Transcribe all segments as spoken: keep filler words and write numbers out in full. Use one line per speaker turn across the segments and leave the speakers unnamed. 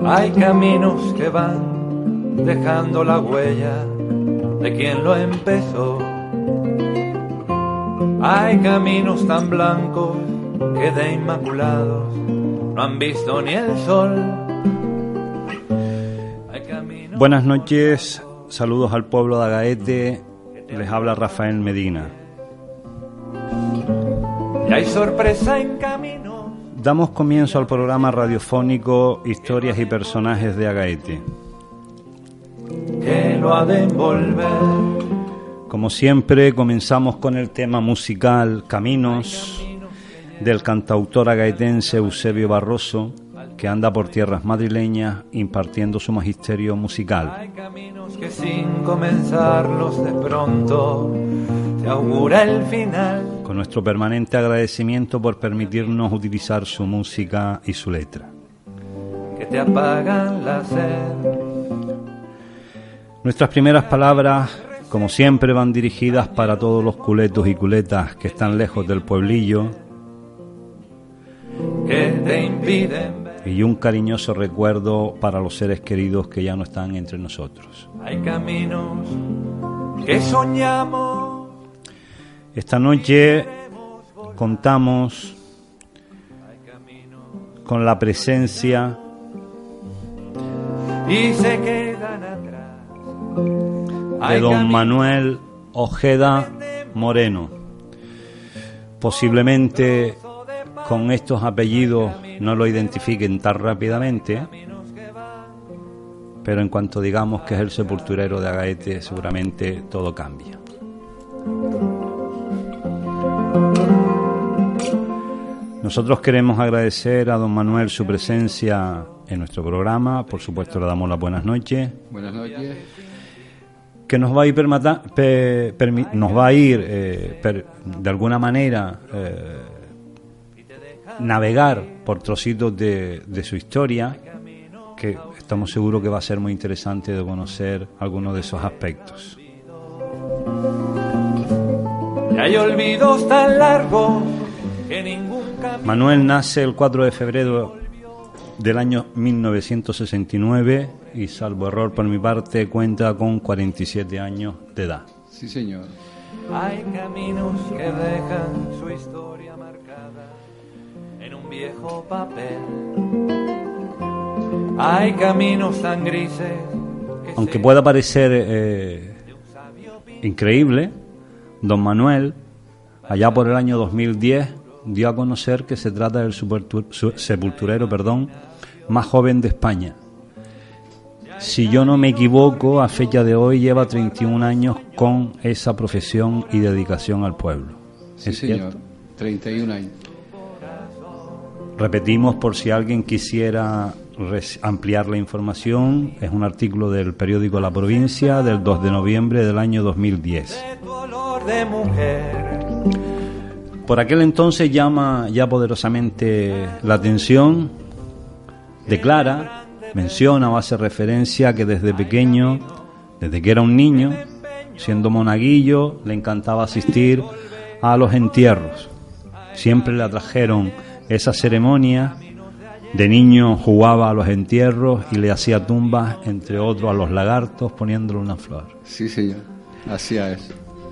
Hay caminos que van dejando la huella de quien lo empezó. Hay caminos tan blancos que de inmaculados no han visto ni el sol. Hay caminos...
Buenas noches, saludos al pueblo de Agaete, les habla Rafael Medina.
Y hay sorpresa en camino.
Damos comienzo al programa radiofónico Historias y Personajes de Agaete.
Que lo ha de envolver.
Como siempre, comenzamos con el tema musical Caminos, del cantautor agaetense Eusebio Barroso, que anda por tierras madrileñas impartiendo su magisterio musical.
Hay caminos que sin comenzarlos de pronto se augura el final.
Con nuestro permanente agradecimiento por permitirnos utilizar su música y su letra.
Que te apagan la sed.
Nuestras primeras palabras, como siempre, van dirigidas para todos los culetos y culetas que están lejos del pueblillo.
Que te impiden ver.
Y un cariñoso recuerdo para los seres queridos que ya no están entre nosotros.
Hay caminos que soñamos.
Esta noche contamos con la presencia
y se quedan atrás
de don Manuel Ojeda Moreno. Posiblemente con estos apellidos no lo identifiquen tan rápidamente, pero en cuanto digamos que es el sepulturero de Agaete, seguramente todo cambia. Nosotros queremos agradecer a don Manuel su presencia en nuestro programa. Por supuesto, le damos las buenas noches.
Buenas noches.
Que nos va a ir, permata, per, per, nos va a ir eh, per, de alguna manera eh, navegar por trocitos de, de su historia, que estamos seguros que va a ser muy interesante de conocer algunos de esos aspectos.
Y hay olvidos tan largos que ningún camino...
Manuel nace el cuatro de febrero del año mil novecientos sesenta y nueve y, salvo error por mi parte, cuenta con cuarenta y siete años de edad.
Sí, señor.
Hay caminos que dejan su historia marcada en un viejo papel. Hay caminos tan grises que
aunque pueda parecer eh, increíble, don Manuel, allá por el año dos mil diez, dio a conocer que se trata del sepulturero, perdón, más joven de España. Si yo no me equivoco, a fecha de hoy lleva treinta y un años con esa profesión y dedicación al pueblo.
Sí,
¿Es
señor.
cierto?
treinta y un años.
Repetimos por si alguien quisiera ampliar la información, es un artículo del periódico La Provincia del dos de noviembre del año dos mil diez. Por aquel entonces llama ya poderosamente la atención, declara, menciona o hace referencia que desde pequeño, desde que era un niño, siendo monaguillo, le encantaba asistir a los entierros. Siempre le atrajeron esa ceremonia. De niño jugaba a los entierros y le hacía tumbas, entre otros, a los lagartos, poniéndole una flor.
Sí, señor, hacía eso.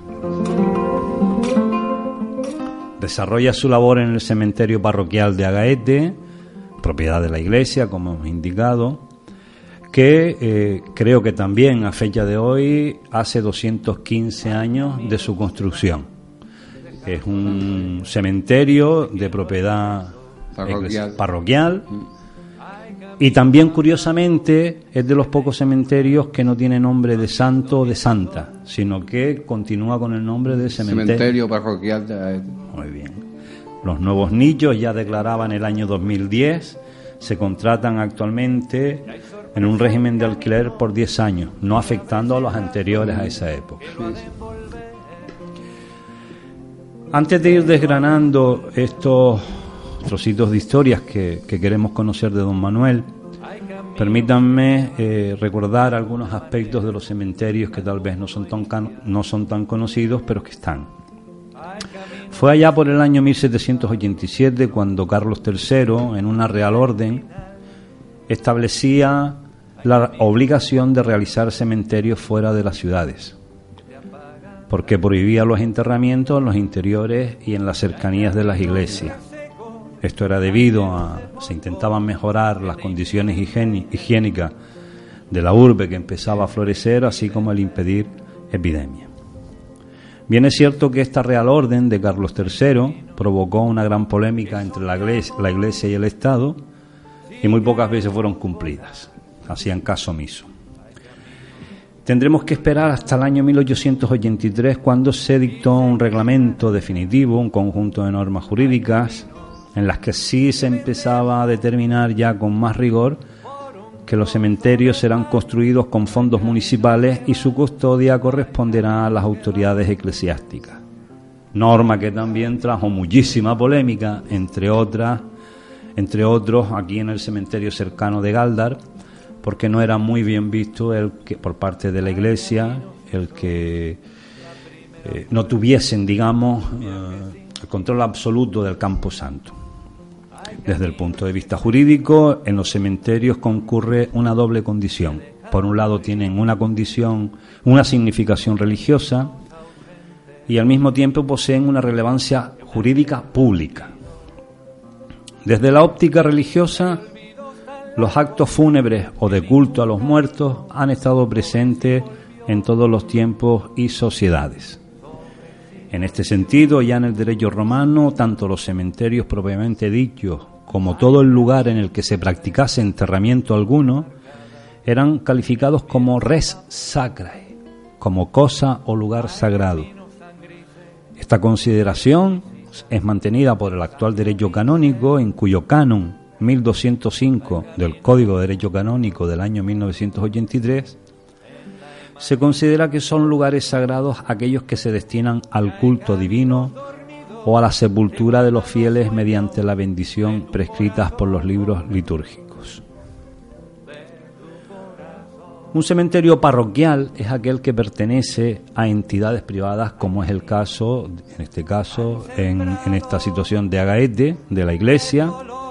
Desarrolla su labor en el cementerio parroquial de Agaete, propiedad de la iglesia, como hemos indicado, que eh, creo que también a fecha de hoy hace doscientos quince años de su construcción. Es un cementerio de propiedad
parroquial,
parroquial y también, curiosamente, es de los pocos cementerios que no tiene nombre de santo o de santa, sino que continúa con el nombre de cementerio,
cementerio parroquial de Agaete.
Muy bien. Los nuevos nichos ya declaraban el año dos mil diez, se contratan actualmente en un régimen de alquiler por diez años, no afectando a los anteriores a esa época. Antes de ir desgranando estos trocitos de historias que, que queremos conocer de don Manuel, permítanme eh, recordar algunos aspectos de los cementerios que tal vez no son tan, can- no son tan conocidos, pero que están. Fue allá por el año mil setecientos ochenta y siete cuando Carlos tercero, en una real orden, establecía la obligación de realizar cementerios fuera de las ciudades, porque prohibía los enterramientos en los interiores y en las cercanías de las iglesias. Esto era debido a se intentaban mejorar las condiciones higieni- higiénicas de la urbe que empezaba a florecer, así como el impedir epidemias. Bien es cierto que esta Real Orden de Carlos tercero provocó una gran polémica entre la iglesia, la iglesia y el Estado, y muy pocas veces fueron cumplidas, hacían caso omiso. Tendremos que esperar hasta el año mil ochocientos ochenta y tres, cuando se dictó un reglamento definitivo, un conjunto de normas jurídicas, en las que sí se empezaba a determinar ya con más rigor que los cementerios serán construidos con fondos municipales y su custodia corresponderá a las autoridades eclesiásticas. Norma que también trajo muchísima polémica, entre otras, entre otros aquí en el cementerio cercano de Gáldar, porque no era muy bien visto el que por parte de la Iglesia el que eh, no tuviesen, digamos, eh, el control absoluto del Campo Santo. Desde el punto de vista jurídico, en los cementerios concurre una doble condición. Por un lado tienen una condición, una significación religiosa, y al mismo tiempo poseen una relevancia jurídica pública. Desde la óptica religiosa, los actos fúnebres o de culto a los muertos han estado presentes en todos los tiempos y sociedades. En este sentido, ya en el derecho romano, tanto los cementerios propiamente dichos como todo el lugar en el que se practicase enterramiento alguno eran calificados como res sacrae, como cosa o lugar sagrado. Esta consideración es mantenida por el actual derecho canónico, en cuyo canon mil doscientos cinco del Código de Derecho Canónico del año mil novecientos ochenta y tres, se considera que son lugares sagrados aquellos que se destinan al culto divino o a la sepultura de los fieles mediante la bendición prescritas por los libros litúrgicos. Un cementerio parroquial es aquel que pertenece a entidades privadas, como es el caso, en este caso, en, en esta situación de Agaete, de la Iglesia,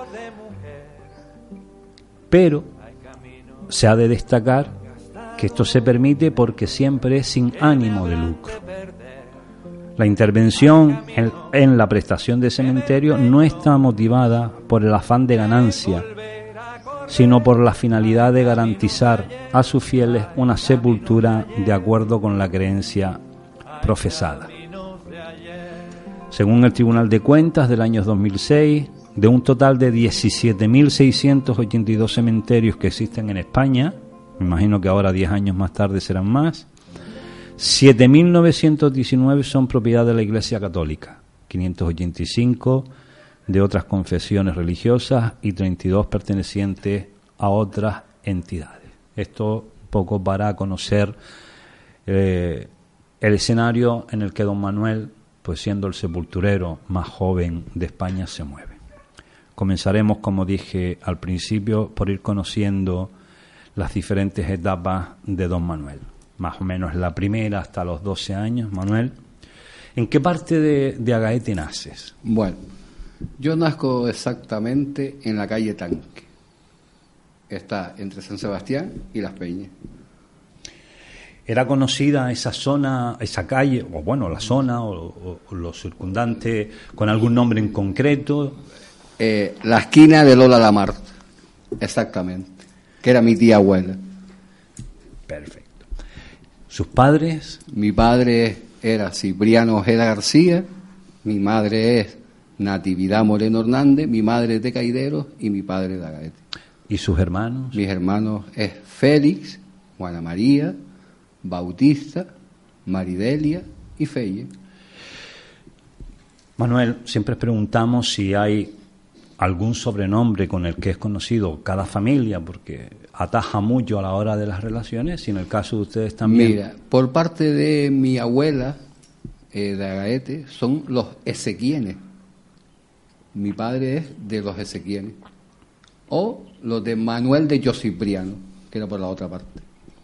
pero se ha de destacar que esto se permite porque siempre es sin ánimo de lucro. La intervención en, en la prestación de cementerio no está motivada por el afán de ganancia, sino por la finalidad de garantizar a sus fieles una sepultura de acuerdo con la creencia profesada. Según el Tribunal de Cuentas del año dos mil seis, de un total de diecisiete mil seiscientos ochenta y dos cementerios que existen en España, me imagino que ahora diez años más tarde serán más, siete mil novecientos diecinueve son propiedad de la Iglesia Católica, quinientos ochenta y cinco de otras confesiones religiosas y treinta y dos pertenecientes a otras entidades. Esto un poco para conocer eh, el escenario en el que don Manuel, pues siendo el sepulturero más joven de España, se mueve. Comenzaremos, como dije al principio, por ir conociendo las diferentes etapas de don Manuel. Más o menos la primera hasta los doce años. Manuel, ¿en qué parte de, de Agaete naces?
Bueno, yo nazco exactamente en la calle Tanque. Está entre San Sebastián y Las Peñas.
¿Era conocida esa zona, esa calle, o bueno, la zona o, o, o los circundantes con algún nombre en concreto?
Eh, la esquina de Lola Lamarta, exactamente, que era mi tía abuela.
Perfecto. ¿Sus padres?
Mi padre era Cipriano Ojeda García, mi madre es Natividad Moreno Hernández, mi madre es de Caideros y mi padre de Agaete.
¿Y sus hermanos?
Mis hermanos es Félix, Juana María, Bautista, Maridelia y Felle.
Manuel, siempre preguntamos si hay algún sobrenombre con el que es conocido cada familia, porque ataja mucho a la hora de las relaciones, y en el caso de ustedes también.
Mira, por parte de mi abuela eh, de Agaete son los Ezequienes. Mi padre es de los Ezequienes. O los de Manuel de Josipriano, que era por la otra parte.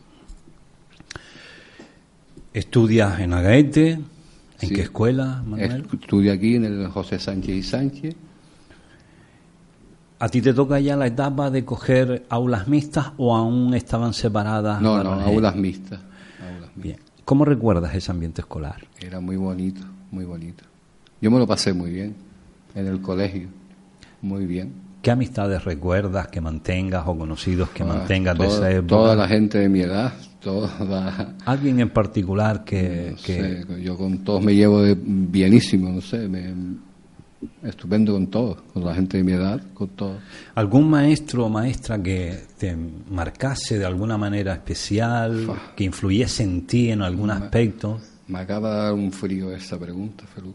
¿Estudias en Agaete? ¿En
Sí.
qué escuela, Manuel?
Estudio aquí en el José Sánchez y Sánchez.
¿A ti te toca ya la etapa de coger aulas mixtas o aún estaban separadas?
No, no, aulas mixtas. Aulas mixtas.
Bien. ¿Cómo recuerdas ese ambiente escolar?
Era muy bonito, muy bonito. Yo me lo pasé muy bien en el colegio, muy bien.
¿Qué amistades recuerdas que mantengas o conocidos que ah, mantengas
toda,
de esa época?
Toda la gente de mi edad, toda...
¿Alguien en particular que...?
No
que...
sé, yo con todos me llevo de bienísimo, no sé, me, estupendo con todos, con la gente de mi edad, con todos.
¿Algún maestro o maestra que te marcase de alguna manera especial, Fua. que influyese en ti en algún me, aspecto?
Me acaba de dar un frío esa pregunta, Feluco.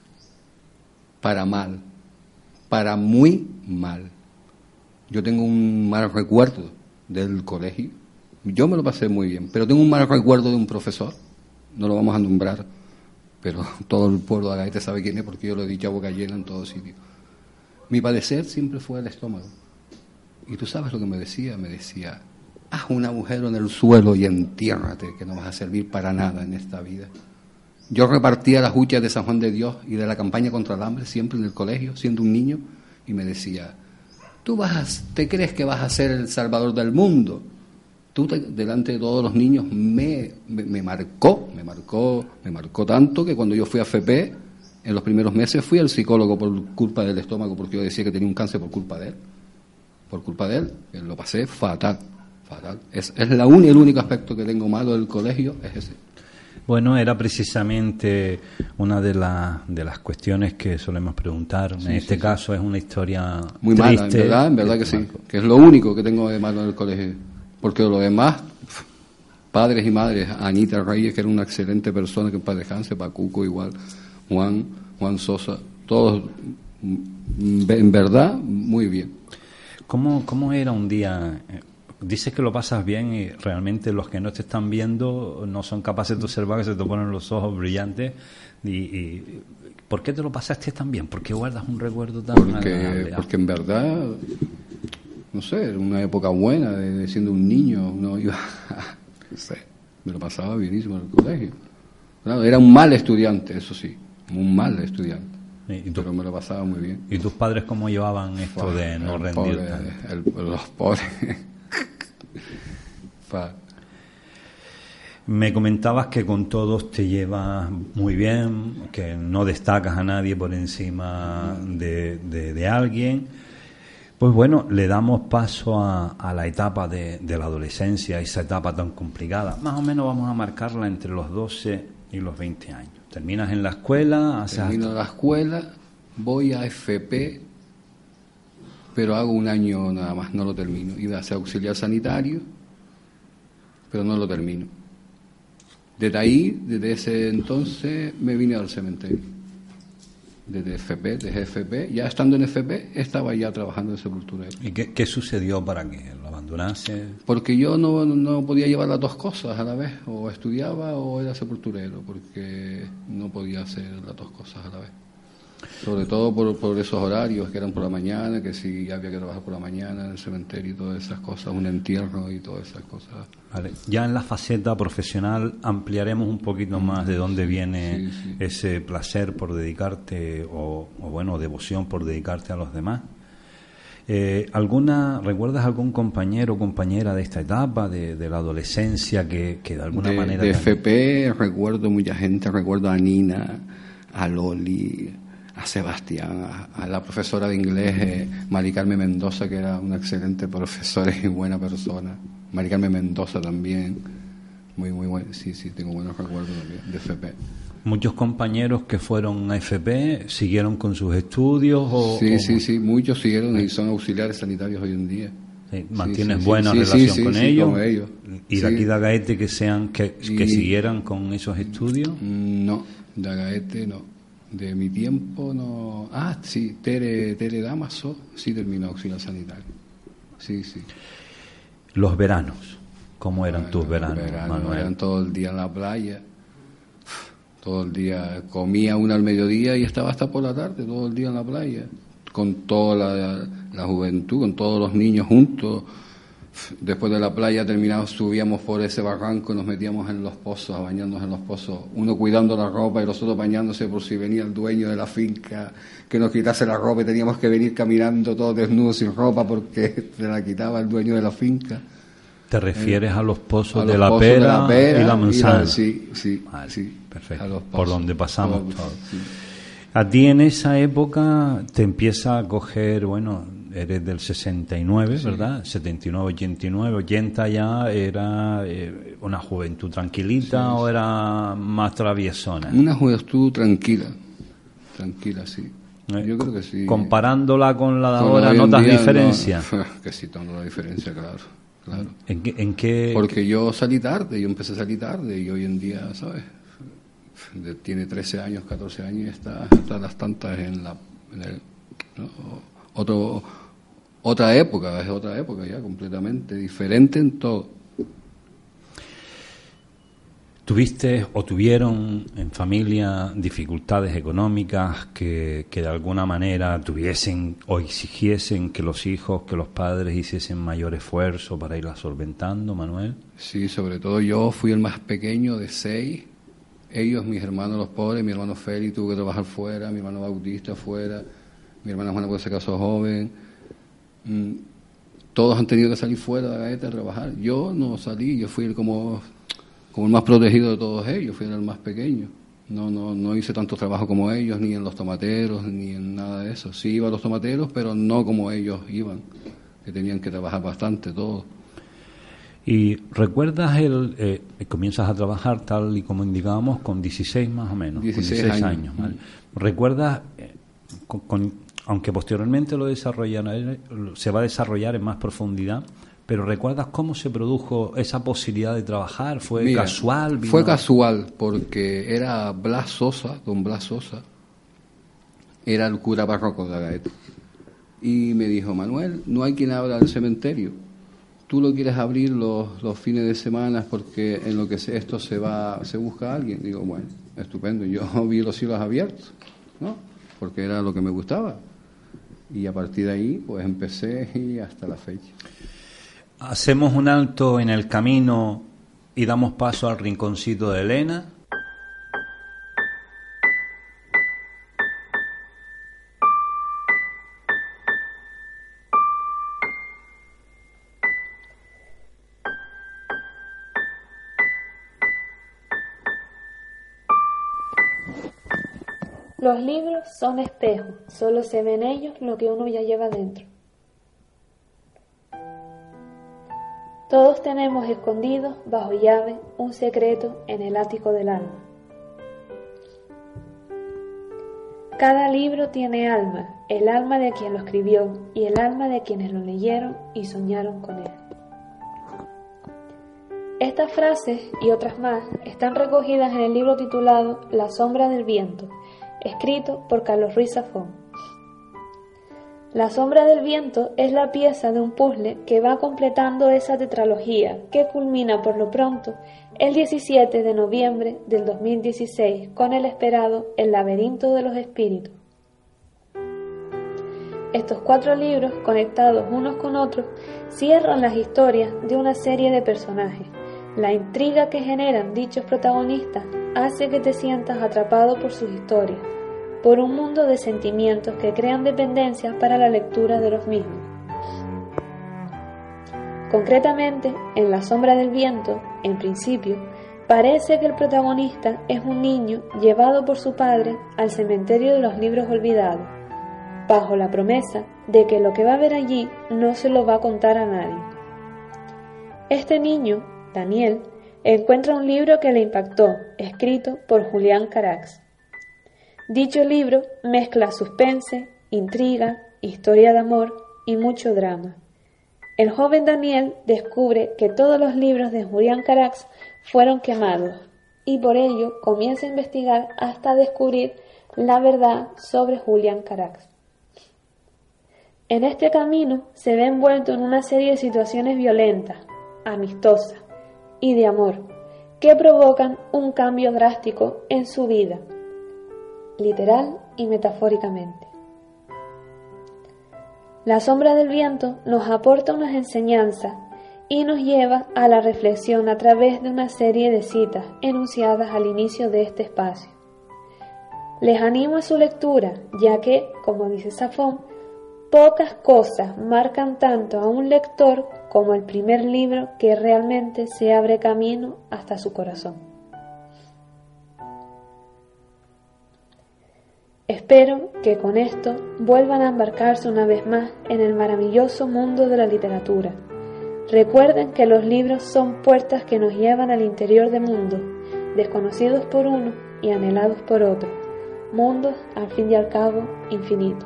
Para mal. Para muy mal. Yo tengo un mal recuerdo del colegio. Yo me lo pasé muy bien, pero tengo un mal recuerdo de un profesor. No lo vamos a nombrar, pero todo el pueblo de Agaete sabe quién es porque yo lo he dicho a boca llena en todo sitio. Mi padecer siempre fue el estómago. Y tú sabes lo que me decía. Me decía, haz un agujero en el suelo y entiérrate, que no vas a servir para nada en esta vida. Yo repartía las huchas de San Juan de Dios y de la campaña contra el hambre siempre en el colegio, siendo un niño, y me decía, tú vas a, te crees que vas a ser el salvador del mundo. Tú te, delante de todos los niños me, me, me marcó, me marcó, me marcó tanto que cuando yo fui a F P, en los primeros meses fui al psicólogo por culpa del estómago, porque yo decía que tenía un cáncer por culpa de él. Por culpa de él, lo pasé fatal, fatal. Es, es la un, el único aspecto que tengo malo del colegio, es ese.
Bueno, era precisamente una de, la, de las cuestiones que solemos preguntar. Sí, en este sí, caso sí. Es una historia
muy triste, mala, en verdad, en verdad que, que sí. Marco. Que es lo único que tengo de malo en el colegio. Porque lo demás, padres y madres, Anita Reyes, que era una excelente persona, que en paz descanse, Pacuco igual, Juan, Juan Sosa, todos, en verdad, muy bien.
¿Cómo, cómo era un día? Dices que lo pasas bien y realmente los que no te están viendo no son capaces de observar que se te ponen los ojos brillantes. Y, y ¿por qué te lo pasaste tan bien? ¿Por qué guardas un recuerdo tan
porque,
agradable?
Porque en verdad, no sé, era una época buena de, de siendo un niño, uno iba, no sé, me lo pasaba bienísimo en el colegio. Claro, era un mal estudiante, eso sí, un mal estudiante. ¿Y tú, pero me lo pasaba muy bien.
¿Y tus padres cómo llevaban esto Fua, de no rendir?
Pobre, el, los pobres.
Me comentabas que con todos te llevas muy bien, que no destacas a nadie por encima de, de, de alguien. Pues bueno, le damos paso a, a la etapa de, de la adolescencia, esa etapa tan complicada. Más o menos vamos a marcarla entre los doce y los veinte años. Terminas en la escuela, haces
Termino
hasta...
la escuela, voy a F P, pero hago un año nada más, no lo termino. Iba a ser auxiliar sanitario, pero no lo termino. Desde ahí, desde ese entonces, me vine al cementerio. Desde F P, desde F P, ya estando en F P, estaba ya trabajando en sepulturero.
¿Y qué, qué sucedió para que lo abandonase?
Porque yo no, no podía llevar las dos cosas a la vez, o estudiaba o era sepulturero, porque no podía hacer las dos cosas a la vez. Sobre todo por, por esos horarios que eran por la mañana, que sí había que trabajar por la mañana en el cementerio y todas esas cosas, un entierro y todas esas cosas.
Vale. Ya en la faceta profesional ampliaremos un poquito más de dónde viene sí, sí. ese placer por dedicarte o, o bueno, devoción por dedicarte a los demás. Eh, ¿alguna, ¿Recuerdas algún compañero o compañera de esta etapa, de, de la adolescencia, que, que de alguna
de,
manera...
De
también...
F P recuerdo mucha gente, recuerdo a Nina, a Loli, a Sebastián, a, a la profesora de inglés, eh, Mari Carmen Mendoza, que era una excelente profesora y buena persona. Mari Carmen Mendoza también, muy, muy buena. Sí, sí, tengo buenos recuerdos también de F P.
¿Muchos compañeros que fueron a F P siguieron con sus estudios? O,
sí,
o...
sí, sí, muchos siguieron y son auxiliares sanitarios hoy en día.
Sí, ¿mantienes
sí, sí,
buena
sí,
relación
sí,
con,
sí,
ellos?
con ellos?
¿Y
sí.
de aquí de Agaete que, sean, que,
y...
que siguieran con esos estudios?
No, de Agaete no. De mi tiempo no... Ah, sí, Tere, Tere Damaso sí terminó auxiliar sanitario. Sí, sí.
Los veranos, ¿cómo eran
bueno,
tus veranos,
verano,
Manuel?
Eran todo el día en la playa, todo el día, comía una al mediodía y estaba hasta por la tarde, todo el día en la playa, con toda la, la juventud, con todos los niños juntos, Después de la playa terminamos, subíamos por ese barranco, nos metíamos en los pozos, a bañarnos en los pozos, uno cuidando la ropa y los otros bañándose por si venía el dueño de la finca que nos quitase la ropa y teníamos que venir caminando todos desnudos sin ropa porque se la quitaba el dueño de la finca.
¿Te refieres eh, a los pozos,
a
de,
los
la
pozos
pera
de la pera
y la manzana?
Y la, sí, sí,
vale,
sí.
Perfecto.
A los
por donde pasamos
por,
todos.
Sí.
A ti en esa época te empieza a coger, bueno, eres del sesenta y nueve, sí. ¿verdad? setenta y nueve, ochenta y nueve, ochenta ya era eh, una juventud tranquilita, sí, o sí. era más traviesona.
Una juventud tranquila, tranquila, sí.
Eh,
Yo creo que sí.
Comparándola con la de
con
ahora, ¿notas diferencia?
No, que sí, tengo la diferencia, claro, claro.
¿En qué, en qué?
Porque yo salí tarde, yo empecé a salir tarde y hoy en día, ¿sabes? Tiene trece años, catorce años y está hasta las tantas en la en el, ¿no? Otro, otra época, es otra época ya completamente diferente en todo.
¿Tuviste o tuvieron en familia dificultades económicas que, que de alguna manera tuviesen o exigiesen que los hijos, que los padres hiciesen mayor esfuerzo para irlas solventando, Manuel?
Sí, sobre todo yo fui el más pequeño de seis. Ellos, mis hermanos los pobres, mi hermano Félix tuvo que trabajar fuera, mi hermano Bautista fuera, mi hermana Juana pues se casó joven. Mm, todos han tenido que salir fuera de la Gaeta a trabajar. Yo no salí, yo fui el como, como el más protegido de todos ellos, fui el más pequeño. No, no, no hice tanto trabajo como ellos, ni en los tomateros, ni en nada de eso. Sí iba a los tomateros, pero no como ellos iban, que tenían que trabajar bastante todos.
¿Y recuerdas el... Eh, comienzas a trabajar tal y como indicábamos con dieciséis más o menos?
dieciséis,
con dieciséis
años.
años, ¿vale? ¿Recuerdas, eh, con, con, aunque posteriormente lo desarrollará, se va a desarrollar en más profundidad, pero recuerdas cómo se produjo esa posibilidad de trabajar? ¿Fue Mira, casual? ¿Vino?
Fue casual porque era Blas Sosa, don Blas Sosa, era el cura párroco de la Gaeta. Y me dijo, Manuel, no hay quien abra el cementerio. Tú lo quieres abrir los, los fines de semana porque en lo que se, esto se va se busca a alguien. Digo, bueno, estupendo. Yo vi los cielos abiertos, ¿no? Porque era lo que me gustaba. Y a partir de ahí, pues empecé y hasta la fecha.
Hacemos un alto en el camino y damos paso al rinconcito de Elena.
Los libros son espejos, solo se ve en ellos lo que uno ya lleva dentro. Todos tenemos escondidos, bajo llave, un secreto en el ático del alma. Cada libro tiene alma, el alma de quien lo escribió y el alma de quienes lo leyeron y soñaron con él. Estas frases y otras más están recogidas en el libro titulado La sombra del viento, escrito por Carlos Ruiz Zafón. La sombra del viento es la pieza de un puzzle que va completando esa tetralogía que culmina por lo pronto el diecisiete de noviembre del dos mil dieciséis con el esperado El laberinto de los espíritus. Estos cuatro libros, conectados unos con otros, cierran las historias de una serie de personajes. La intriga que generan dichos protagonistas hace que te sientas atrapado por sus historias, por un mundo de sentimientos que crean dependencia para la lectura de los mismos. Concretamente, en La sombra del viento, en principio, parece que el protagonista es un niño llevado por su padre al cementerio de los libros olvidados, bajo la promesa de que lo que va a ver allí no se lo va a contar a nadie. Este niño, Daniel, encuentra un libro que le impactó, escrito por Julián Carax. Dicho libro mezcla suspense, intriga, historia de amor y mucho drama. El joven Daniel descubre que todos los libros de Julián Carax fueron quemados y por ello comienza a investigar hasta descubrir la verdad sobre Julián Carax. En este camino se ve envuelto en una serie de situaciones violentas, amistosas y de amor que provocan un cambio drástico en su vida, literal y metafóricamente. La sombra del viento nos aporta unas enseñanzas y nos lleva a la reflexión a través de una serie de citas enunciadas al inicio de este espacio. Les animo a su lectura, ya que, como dice Safón, pocas cosas marcan tanto a un lector como el primer libro que realmente se abre camino hasta su corazón. Espero que con esto vuelvan a embarcarse una vez más en el maravilloso mundo de la literatura. Recuerden que los libros son puertas que nos llevan al interior de mundos, desconocidos por uno y anhelados por otro, mundos al fin y al cabo infinitos.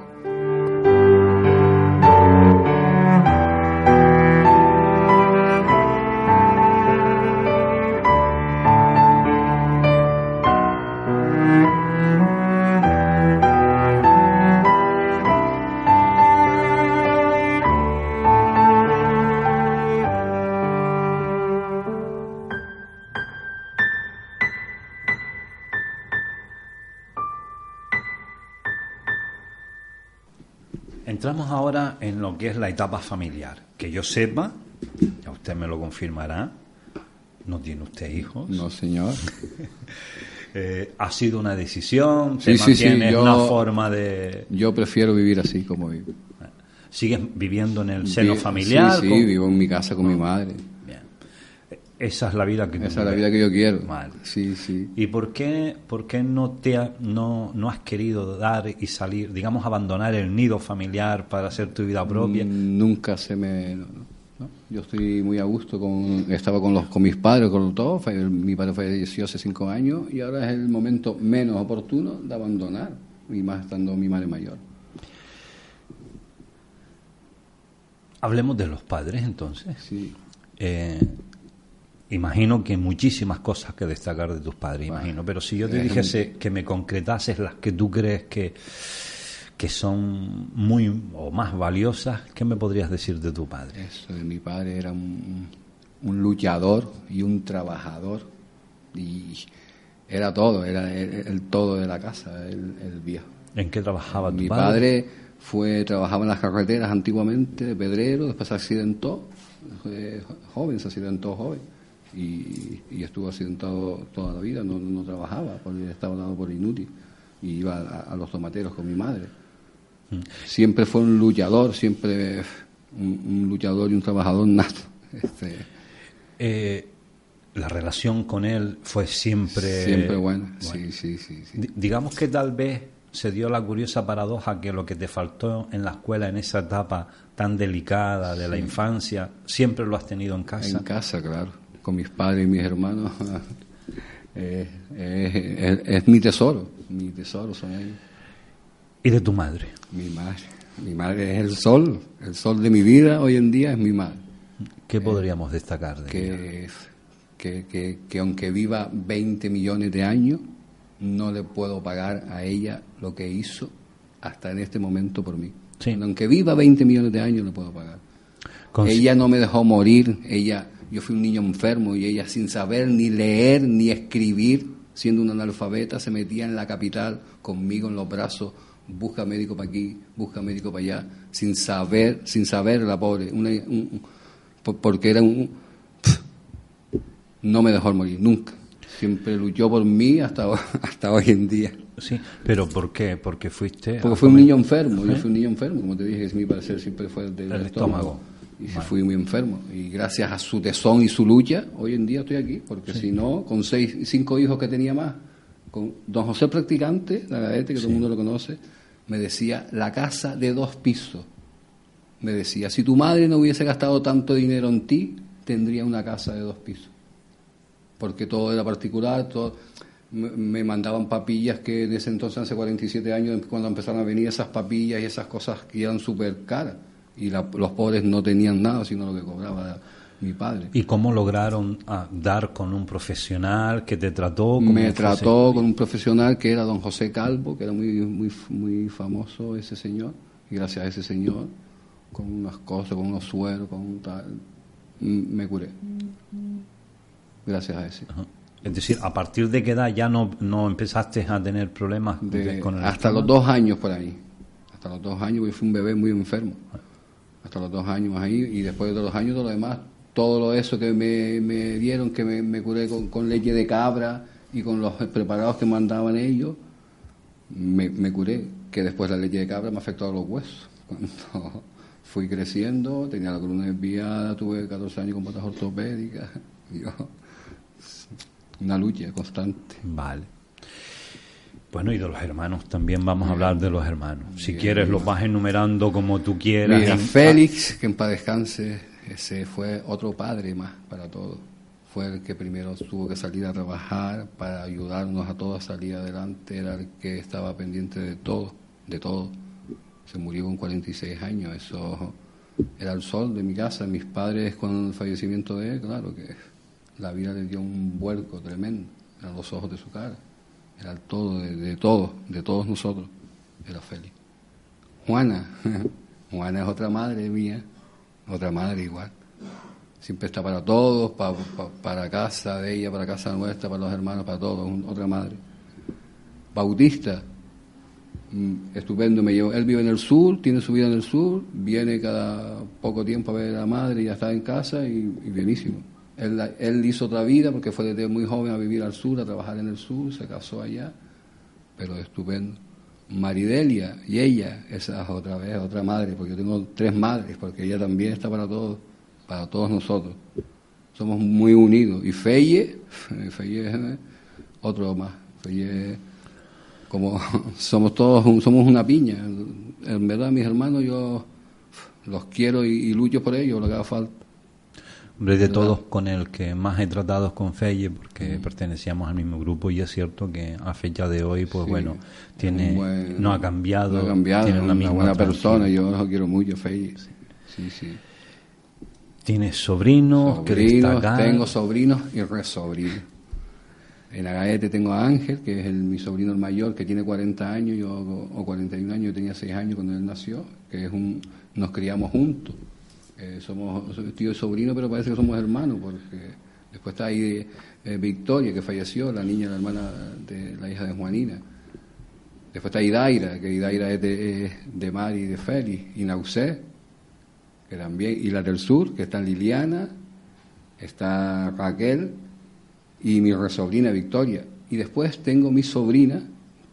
Entramos ahora en lo que es la etapa familiar. Que yo sepa, ya usted me lo confirmará, no tiene usted hijos.
No, señor.
eh, ha sido una decisión,
sí,
te
sí, sí,
mantienes
yo,
una forma de...
Yo prefiero vivir así como vivo.
¿Sigues viviendo en el seno
Vi,
familiar?
Sí, sí,
con...
vivo en mi casa con
no.
mi madre.
Bien. Esa es la vida que...
Esa es la vida que yo quiero.
Vale.
Sí, sí.
¿Y por qué, por qué no, te ha, no, no has querido dar y salir, digamos, abandonar el nido familiar para hacer tu vida propia?
Mm, nunca se me... No, no. Yo estoy muy a gusto, con estaba con los con mis padres, con todos. Mi padre falleció hace cinco años y ahora es el momento menos oportuno de abandonar, y más estando mi madre mayor.
Hablemos de los padres, entonces.
Sí.
Eh, imagino que muchísimas cosas que destacar de tus padres,
Bueno,
imagino. Pero si yo te
es
dijese
un...
que me concretases las que tú crees que, que son muy o más valiosas, ¿qué me podrías decir de tu padre?
Eso, de mi padre era un, un luchador y un trabajador. Y era todo, era el, el todo de la casa, el, el viejo.
¿En qué trabajaba tu
Mi
padre?
padre fue trabajaba en las carreteras antiguamente, de pedrero, después se accidentó, fue joven, se accidentó joven, y, y estuvo accidentado toda la vida, no, no trabajaba, porque estaba dado por inútil, y iba a, a los tomateros con mi madre. Mm. Siempre fue un luchador, siempre un, un luchador y un trabajador nato. Este,
eh, la relación con él fue siempre...
Siempre buena,
bueno.
sí, sí, sí, sí.
D- digamos que tal vez se dio la curiosa paradoja que lo que te faltó en la escuela en esa etapa tan delicada de la sí. infancia, siempre lo has tenido en casa.
En casa, claro, con mis padres y mis hermanos. eh, eh, es, es mi tesoro, mi tesoro son ellos.
¿Y de tu madre?
Mi madre, mi madre es el sol, el sol de mi vida hoy en día es mi madre.
¿Qué
eh,
podríamos destacar de
que,
ella?
Que, que, que aunque viva veinte millones de años, no le puedo pagar a ella lo que hizo hasta en este momento por mí.
Sí.
Aunque viva veinte millones de años, le puedo pagar. Con ella no me dejó morir. Ella, yo fui un niño enfermo y ella, sin saber ni leer ni escribir, siendo una analfabeta, se metía en la capital conmigo en los brazos, busca médico para aquí, busca médico para allá, sin saber, sin saber la pobre, una, un, un, porque era un... Pff, no me dejó morir, nunca. Siempre luchó por mí hasta, hasta hoy en día.
Sí, pero ¿por qué? Porque fuiste...
Porque fui un niño enfermo, ¿eh? Yo fui un niño enfermo, como te dije, mi parecer siempre fue del
el
estómago.
estómago.
Y
Vale.
fui muy enfermo. Y gracias a su tesón y su lucha, hoy en día estoy aquí, porque sí. Si no, con seis, cinco hijos que tenía más, con don José Practicante, la Gaete, que sí. Todo el mundo lo conoce, me decía, la casa de dos pisos. Me decía, si tu madre no hubiese gastado tanto dinero en ti, tendría una casa de dos pisos. Porque todo era particular, todo, me, me mandaban papillas que en ese entonces, hace cuarenta y siete años, cuando empezaron a venir esas papillas y esas cosas que eran súper caras, y la, los pobres no tenían nada, sino lo que cobraba mi padre.
¿Y cómo lograron ah, dar con un profesional que te trató? Como
me
fuese...
trató con un profesional que era don José Calvo, que era muy, muy, muy famoso ese señor, y gracias a ese señor, con unas cosas, con unos sueros, con un tal, me curé. Gracias a ese.
Ajá. Es decir, ¿a partir de qué edad ya no, no empezaste a tener problemas
de,
con el
hasta
estómago?
los dos años por ahí. Hasta los dos años, porque fui un bebé muy enfermo. Hasta los dos años ahí, y después de los años, todo lo demás, todo lo eso que me, me dieron, que me, me curé con, con leche de cabra y con los preparados que mandaban ellos, me, me curé, que después la leche de cabra me afectó a los huesos. Cuando fui creciendo, tenía la columna desviada, tuve catorce años con botas ortopédicas, yo, una lucha constante.
Vale. Bueno, y de los hermanos también vamos a hablar de los hermanos. Si
Bien.
quieres los vas enumerando como tú quieras.
Mira,
En-
Félix, que en paz descanse, ese fue otro padre más para todos. Fue el que primero tuvo que salir a trabajar para ayudarnos a todos a salir adelante. Era el que estaba pendiente de todo, de todo. Se murió con cuarenta y seis años. Eso era el sol de mi casa. Mis padres, con el fallecimiento de él, claro que la vida le dio un vuelco tremendo. Eran los ojos de su cara. Era el todo de, de todos, de todos nosotros. Era Félix. Juana, Juana es otra madre mía, otra madre igual. Siempre está para todos, pa, pa, para casa de ella, para casa nuestra, para los hermanos, para todos, un, otra madre. Bautista, mm, estupendo, me llevo. Él vive en el sur, tiene su vida en el sur, viene cada poco tiempo a ver a la madre y ya está en casa y, y bienísimo. Él, él hizo otra vida porque fue desde muy joven a vivir al sur, a trabajar en el sur, se casó allá, pero estupendo. Maridelia y ella, esa es otra vez, otra madre, porque yo tengo tres madres, porque ella también está para todos, para todos nosotros. Somos muy unidos. Y Feye, Feye es otro más. Feye, como somos todos, somos una piña. En verdad, mis hermanos, yo los quiero y, y lucho por ellos, lo que haga falta.
Hombre, de todos con el que más he tratado es con Felle, porque mm. pertenecíamos al mismo grupo, y es cierto que a fecha de hoy, pues sí, bueno, tiene
buen,
no ha cambiado,
no ha cambiado,
tiene una,
una buena persona,
tranquila.
yo lo quiero mucho, Felle. Sí, sí. sí.
¿Tienes sobrinos?
Sobrinos,
que destacar?
Tengo sobrinos y resobrinos. En Agaete tengo a Ángel, que es el, mi sobrino el mayor, que tiene cuarenta años, yo, o cuarenta y un años, yo tenía seis años cuando él nació, que es un, nos criamos juntos. Eh, somos tío y sobrino, pero parece que somos hermanos, porque después está ahí eh, Victoria, que falleció, la niña, la hermana de la hija de Juanina. Después está Idaira, que Idaira es de, es de Mari y de Félix, y Nausé, que también, y la del sur, que está Liliana, está Raquel, y mi resobrina Victoria. Y después tengo mi sobrina,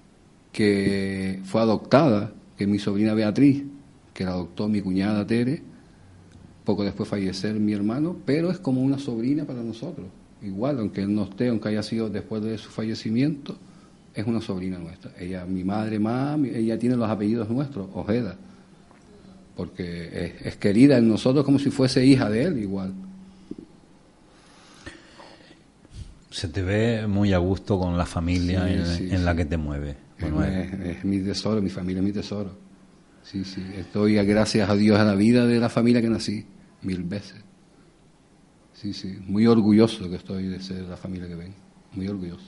que fue adoptada, que es mi sobrina Beatriz, que la adoptó mi cuñada Tere, poco después fallecer mi hermano, pero es como una sobrina para nosotros. Igual, aunque él no esté, aunque haya sido después de su fallecimiento, es una sobrina nuestra. Ella, mi madre más, ella tiene los apellidos nuestros, Ojeda, porque es, es querida en nosotros como si fuese hija de él, igual.
Se te ve muy a gusto con la familia sí, en, sí, en sí. la que te mueves.
Bueno, es, es mi tesoro, mi familia es mi tesoro. Sí, sí, estoy gracias a Dios a la vida de la familia que nací, mil veces. Sí, sí, muy orgulloso que estoy de ser la familia que ven, muy orgulloso.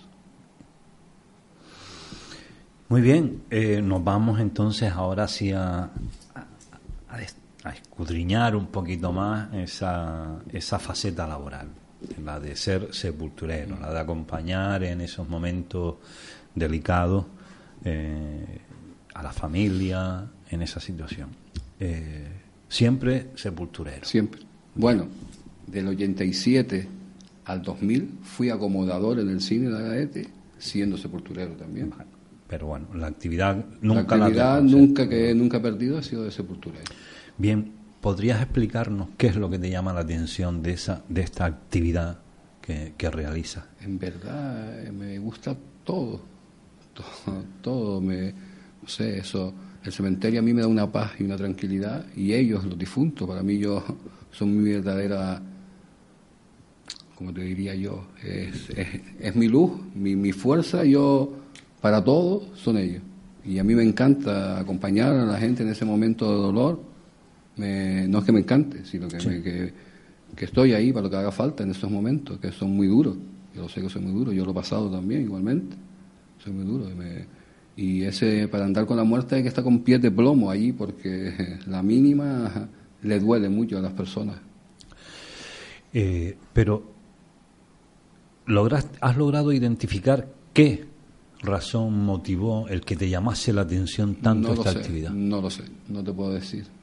Muy bien, eh, nos vamos entonces ahora sí a, a, a escudriñar un poquito más esa, esa faceta laboral, la de ser sepulturero, la de acompañar en esos momentos delicados eh, a la familia en esa situación. Eh, siempre sepulturero.
Siempre. Bueno, del ochenta y siete al dos mil fui acomodador en el cine de Agaete, siendo sepulturero también.
Pero bueno, la actividad nunca
la actividad
la
nunca que nunca he perdido ha sido de sepulturero.
Bien, ¿podrías explicarnos qué es lo que te llama la atención de esa de esta actividad que, que realizas?
En verdad me gusta todo, todo, todo me, no sé, eso. El cementerio a mí me da una paz y una tranquilidad, y ellos, los difuntos, para mí yo son mi verdadera, como te diría yo, es, es, es mi luz, mi, mi fuerza, yo para todo son ellos. Y a mí me encanta acompañar a la gente en ese momento de dolor. Me, no es que me encante, sino que, sí. me, que, que estoy ahí para lo que haga falta en esos momentos, que son muy duros. Yo sé que soy muy duro, yo lo he pasado también igualmente, soy muy duro. Y me, Y ese, para andar con la muerte hay que estar con pies de plomo allí, porque la mínima le duele mucho a las personas.
Eh, pero, ¿logras, ¿has logrado identificar qué razón motivó el que te llamase la atención tanto
no
esta
sé,
actividad?
No lo sé, no te puedo decir.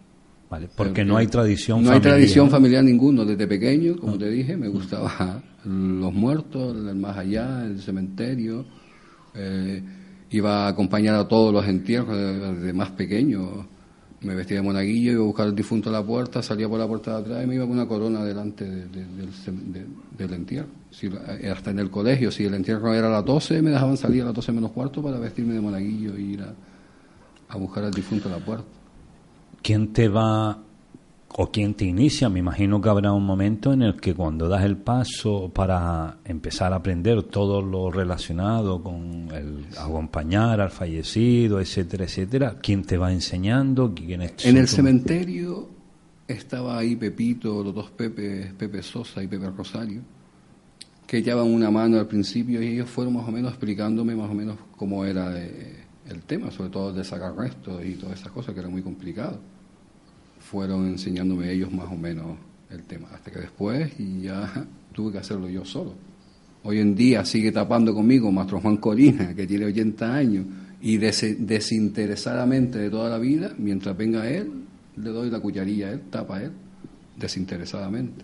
Vale, porque no hay tradición
no
familiar.
No hay tradición familiar ninguno. Desde pequeño, como te dije, me gustaba los muertos, el más allá, el cementerio. Eh, iba a acompañar a todos los entierros desde más pequeño. Me vestía de monaguillo, iba a buscar al difunto a la puerta, salía por la puerta de atrás y me iba con una corona delante de, de, del, de, del entierro. Si, hasta en el colegio, si el entierro era a las doce, me dejaban salir a las doce menos cuarto para vestirme de monaguillo e ir a, a buscar al difunto a la puerta.
¿Quién te va o quién te inicia? Me imagino que habrá un momento en el que cuando das el paso para empezar a aprender todo lo relacionado con el acompañar al fallecido, etcétera, etcétera, ¿quién te va enseñando? ¿Quién es
en el
tu...
cementerio estaba ahí Pepito, los dos Pepe, Pepe Sosa y Pepe Rosario, que llevaban una mano al principio y ellos fueron más o menos explicándome más o menos cómo era de, el tema, sobre todo de sacar restos y todas esas cosas que era muy complicado. Fueron enseñándome ellos más o menos el tema, hasta que después y ya tuve que hacerlo yo solo. Hoy en día sigue tapando conmigo Maestro Juan Corina, que tiene ochenta años, y des- desinteresadamente de toda la vida, mientras venga él, le doy la cucharilla a él, tapa a él, desinteresadamente.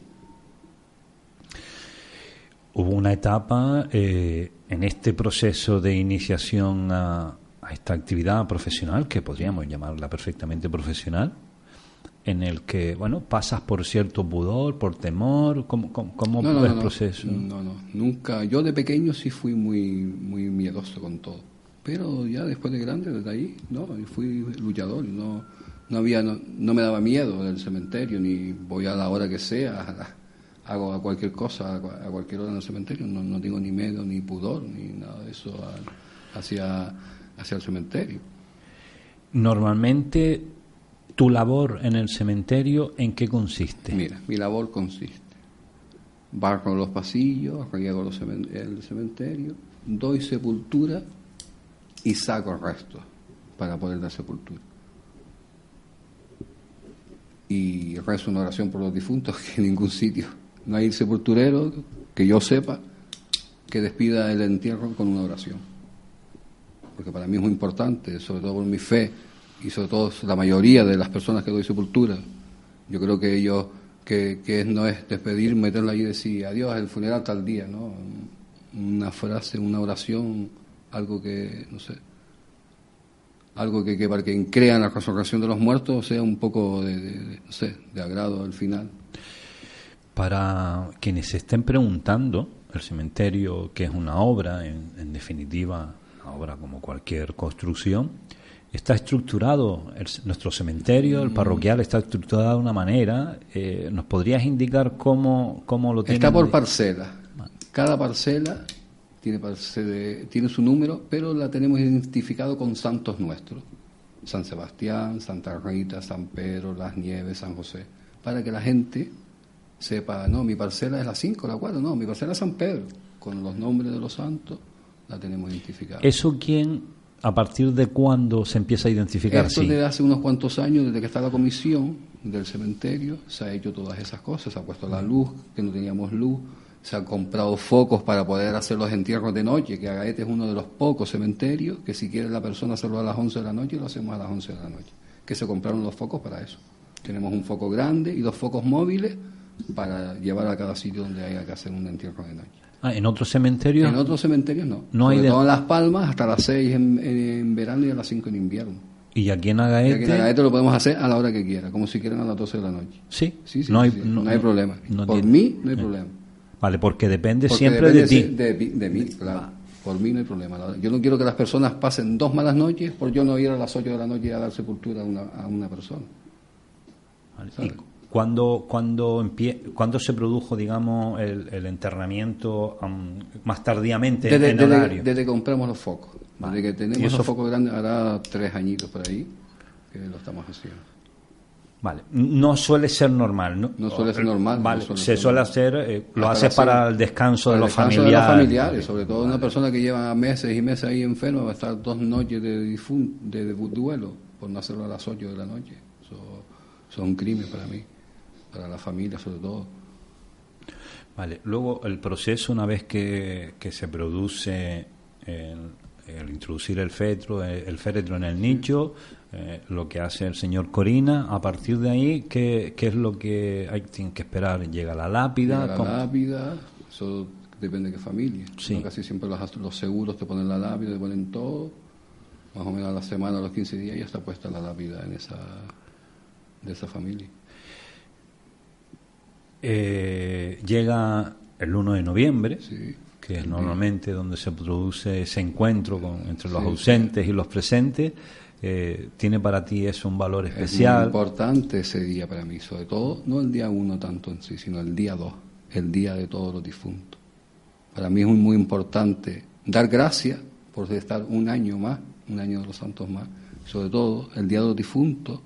Hubo una etapa eh, en este proceso de iniciación a, a esta actividad profesional, que podríamos llamarla perfectamente profesional, en el que, bueno, pasas por cierto pudor, por temor, ¿cómo, cómo, cómo
no, no,
fue
no,
el proceso?
No, no, nunca. Yo de pequeño sí fui muy muy miedoso con todo, pero ya después de grande, desde ahí, no, fui luchador, no no había, no, no me daba miedo del cementerio, ni voy a la hora que sea, hago a cualquier cosa, a cualquier hora en el cementerio, no, no tengo ni miedo, ni pudor, ni nada de eso a, hacia, hacia el cementerio.
Normalmente, ¿tu labor en el cementerio en qué consiste?
Mira, mi labor consiste: barro los pasillos, riego los cemen- el cementerio, doy sepultura y saco restos para poder dar sepultura. Y rezo una oración por los difuntos, que en ningún sitio no hay sepulturero que yo sepa que despida el entierro con una oración, porque para mí es muy importante, sobre todo por mi fe y sobre todo la mayoría de las personas que doy sepultura. Yo creo que ellos, que, que no es despedir, meterla allí y decir adiós, el funeral tal día, ¿no? Una frase, una oración, algo que, no sé, algo que, que para quien crea en la resurrección de los muertos sea un poco de, de, de no sé, de agrado al final.
Para quienes se estén preguntando, el cementerio, que es una obra, en, en definitiva, una obra como cualquier construcción, está estructurado, el, nuestro cementerio, el parroquial, está estructurado de una manera. Eh, ¿Nos podrías indicar cómo, cómo lo tiene?
Está por parcela. Cada parcela tiene, parce- tiene su número, pero la tenemos identificado con santos nuestros. San Sebastián, Santa Rita, San Pedro, Las Nieves, San José. Para que la gente sepa, no, mi parcela es la cinco, la cuatro, no, mi parcela es San Pedro. Con los nombres de los santos la tenemos identificada.
¿Eso quién, a partir de cuándo se empieza a identificar
Esto
así?
desde hace unos cuantos años, desde que está la comisión del cementerio, se ha hecho todas esas cosas, se ha puesto la luz, que no teníamos luz, se han comprado focos para poder hacer los entierros de noche, que Agaete es uno de los pocos cementerios que si quiere la persona hacerlo a las once de la noche, lo hacemos a las once de la noche, que se compraron los focos para eso. Tenemos un foco grande y dos focos móviles para llevar a cada sitio donde haya que hacer un entierro de noche.
Ah, ¿en otros cementerios?
En otros cementerios no.
No
Sobre
hay de...
todo en Las Palmas, hasta las seis en, en, en verano y a las cinco en invierno.
¿Y aquí en Agaete?
Y aquí en Agaete lo podemos hacer a la hora que quiera, como si quieran a las doce de la noche.
Sí,
Sí, sí,
no, hay,
sí,
no,
no hay problema.
no
Por
tiene...
mí no hay problema.
Vale, porque depende
Porque
siempre
depende
de ti.
De, de, de mí, claro. Por mí no hay problema. Yo no quiero que las personas pasen dos malas noches por yo no ir a las ocho de la noche a dar sepultura a una, a una persona.
Vale. ¿Y cuándo, cuándo, empie... ¿Cuándo se produjo, digamos, el, el internamiento um, más tardíamente
Desde,
en
desde,
horario?
desde que compramos los focos.
Vale.
Desde que tenemos
¿Y eso
los
fue...
focos grandes, hará tres añitos por ahí que lo estamos haciendo.
Vale, no suele ser normal, ¿no?
No suele ser normal.
Vale,
no suele
se
ser
suele
normal.
hacer, eh, lo
Hasta
haces
la
para
cena.
el descanso
Para
de
el
los
descanso
familiares.
de los familiares,
Vale.
sobre todo
Vale.
una persona que lleva meses y meses ahí enferma, va a estar dos noches de, difun- de, de duelo por no hacerlo a las ocho de la noche. Eso, eso es un crimen para mí, para la familia sobre todo.
Vale, luego el proceso, una vez que, que se produce el, el introducir el féretro, el, el féretro en el nicho, eh, lo que hace el señor Corina. A partir de ahí, ¿qué, qué es lo que hay tienen que esperar? ¿Llega la lápida?
Llega la
¿Cómo?
lápida, eso depende de qué familia.
Sí.
¿No? Casi siempre los, los seguros te ponen la lápida, te ponen todo. Más o menos a la semana, a los quince días ya está puesta la lápida en esa, de esa familia.
Eh, llega el uno de noviembre,
Sí.
que es normalmente donde se produce ese encuentro con, entre los
Sí,
ausentes y los presentes. Eh, ¿Tiene para ti eso un valor
Es
especial?
muy importante ese día para mí, sobre todo, no el día uno tanto en sí, sino el día dos, el día de todos los difuntos. Para mí es muy, muy importante dar gracias por estar un año más, un año de los santos más, sobre todo el día de los difuntos,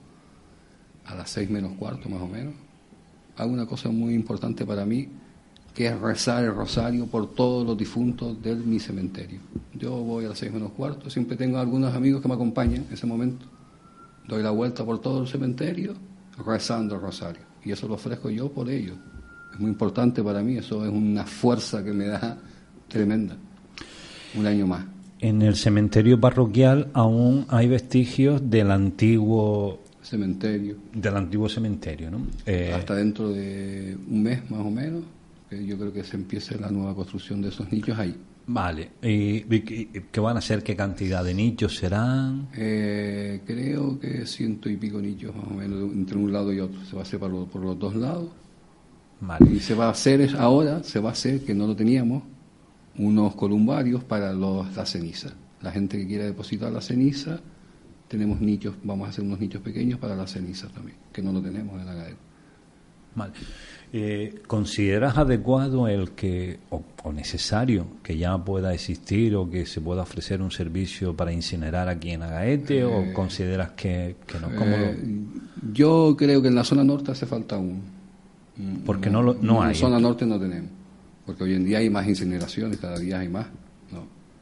a las seis menos cuarto más o menos. Hago una cosa muy importante para mí, que es rezar el rosario por todos los difuntos de mi cementerio. Yo voy a las seis menos cuarto, siempre tengo algunos amigos que me acompañan en ese momento. Doy la vuelta por todo el cementerio rezando el rosario. Y eso lo ofrezco yo por ellos. Es muy importante para mí, eso es una fuerza que me da tremenda. Un año más.
En el cementerio parroquial aún hay vestigios del antiguo
Cementerio.
del antiguo cementerio, ¿no? Eh,
Hasta dentro de un mes más o menos, que yo creo que se empiece la nueva construcción de esos nichos ahí.
Vale. ¿Y, y- qué van a ser? ¿Qué cantidad de nichos serán?
Eh, creo que ciento y pico nichos más o menos entre un lado y otro. Se va a hacer por, lo- por los dos lados.
Vale.
Y se va a hacer es- ahora, se va a hacer, que no lo teníamos, unos columbarios para los, la ceniza. La gente que quiera depositar la ceniza, tenemos nichos, vamos a hacer unos nichos pequeños para la ceniza también, que no lo tenemos en la cadena.
Vale. Eh, ¿Consideras adecuado el que, o, o necesario, que ya pueda existir o que se pueda ofrecer un servicio para incinerar aquí en Agaete,
Eh,
o consideras que, que no? ¿Cómo
Eh,
lo-
yo creo que en la zona norte hace falta un... un-
Porque
una-
no lo- no
en
hay.
la zona norte no tenemos, porque hoy en día hay más incineraciones, cada día hay más. No,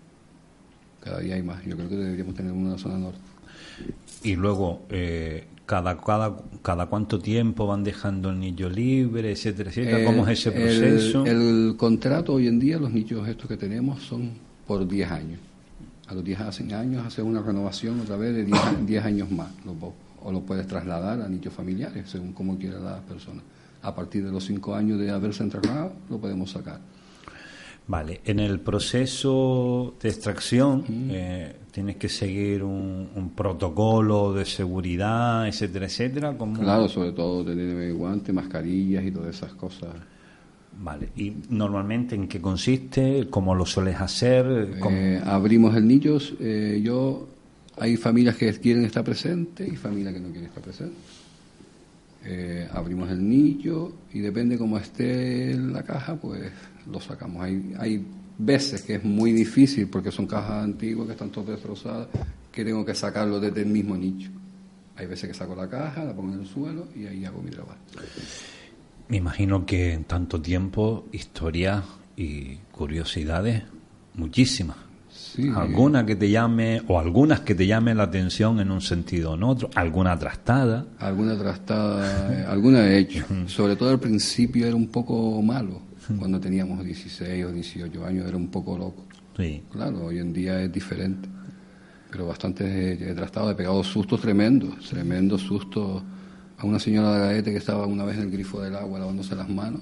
cada día hay más. Yo creo que deberíamos tener una en la zona norte.
Y luego, eh, cada, cada, cada cuánto tiempo van dejando el nicho libre, etcétera, etcétera? ¿Cómo es ese
El-
proceso?
El, el contrato hoy en día, los nichos estos que tenemos son por diez años. A los diez años hace una renovación otra vez de diez, a- diez años más. Lo po- o lo puedes trasladar a nichos familiares, según como quiera la persona. A partir de los cinco años de haberse enterrado, lo podemos sacar.
Vale, en el proceso de extracción eh, tienes que seguir un, un protocolo de seguridad, etcétera, etcétera. ¿Cómo?
Claro, sobre todo tener guantes, mascarillas y todas esas cosas.
Vale, ¿y normalmente en qué consiste? ¿Cómo lo sueles hacer? ¿Cómo-
Eh, abrimos el nicho, eh, yo hay familias que quieren estar presentes y familias que no quieren estar presentes. Eh, abrimos el nicho y depende cómo esté la caja, pues lo sacamos. Hay, hay veces que es muy difícil porque son cajas antiguas que están todas destrozadas, que tengo que sacarlo desde el mismo nicho. Hay veces que saco la caja, la pongo en el suelo y ahí hago mi trabajo.
Me imagino que en tanto tiempo, historias y curiosidades, muchísimas.
Sí,
Alguna que te llame, o algunas que te llamen la atención en un sentido o en otro, alguna trastada.
alguna trastada, eh, alguna he hecho. Sobre todo al principio era un poco malo. Cuando teníamos dieciséis o dieciocho años era un poco loco.
Sí.
Claro, hoy en día es diferente. Pero bastante he, he trastado, he pegado sustos tremendos, tremendos sustos. A una señora de Agaete que estaba una vez en el grifo del agua lavándose las manos.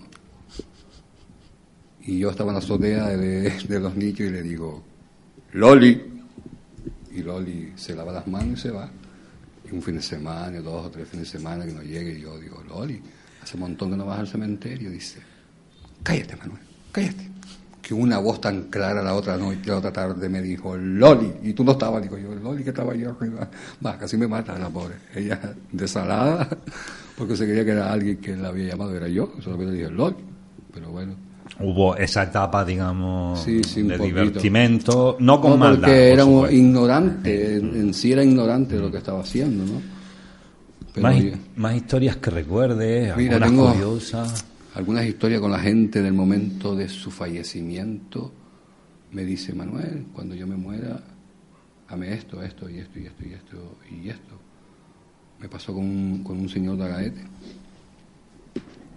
Y yo estaba en la azotea de, de los nichos y le digo, Loli. Y Loli se lava las manos y se va. Y un fin de semana, dos o tres fines de semana que no llegue, y yo digo, Loli, hace un montón que no vas al cementerio. Dice, cállate, Manuel, cállate. Que una voz tan clara la otra noche, la otra tarde me dijo, Loli, y tú no estabas, digo yo, Loli que estaba yo arriba. Va, casi me mata la pobre. Ella desalada, porque se creía que era alguien que la había llamado, era yo, solamente le dije, Loli. Pero bueno.
Hubo esa etapa, digamos,
Sí, sí, un
de
poquito.
divertimento, no con
No,
maldad,
porque
por
era un
supuesto.
ignorante, en, en sí era ignorante de lo que estaba haciendo, ¿no? Pero
Más,
oye,
más historias que recuerdes,
Mira,
algunas
tengo-
curiosas.
algunas historias con la gente del momento de su fallecimiento. Me dice, Manuel, cuando yo me muera, hame esto, esto y esto y esto y esto y esto. Me pasó con un, con un señor de Agaete,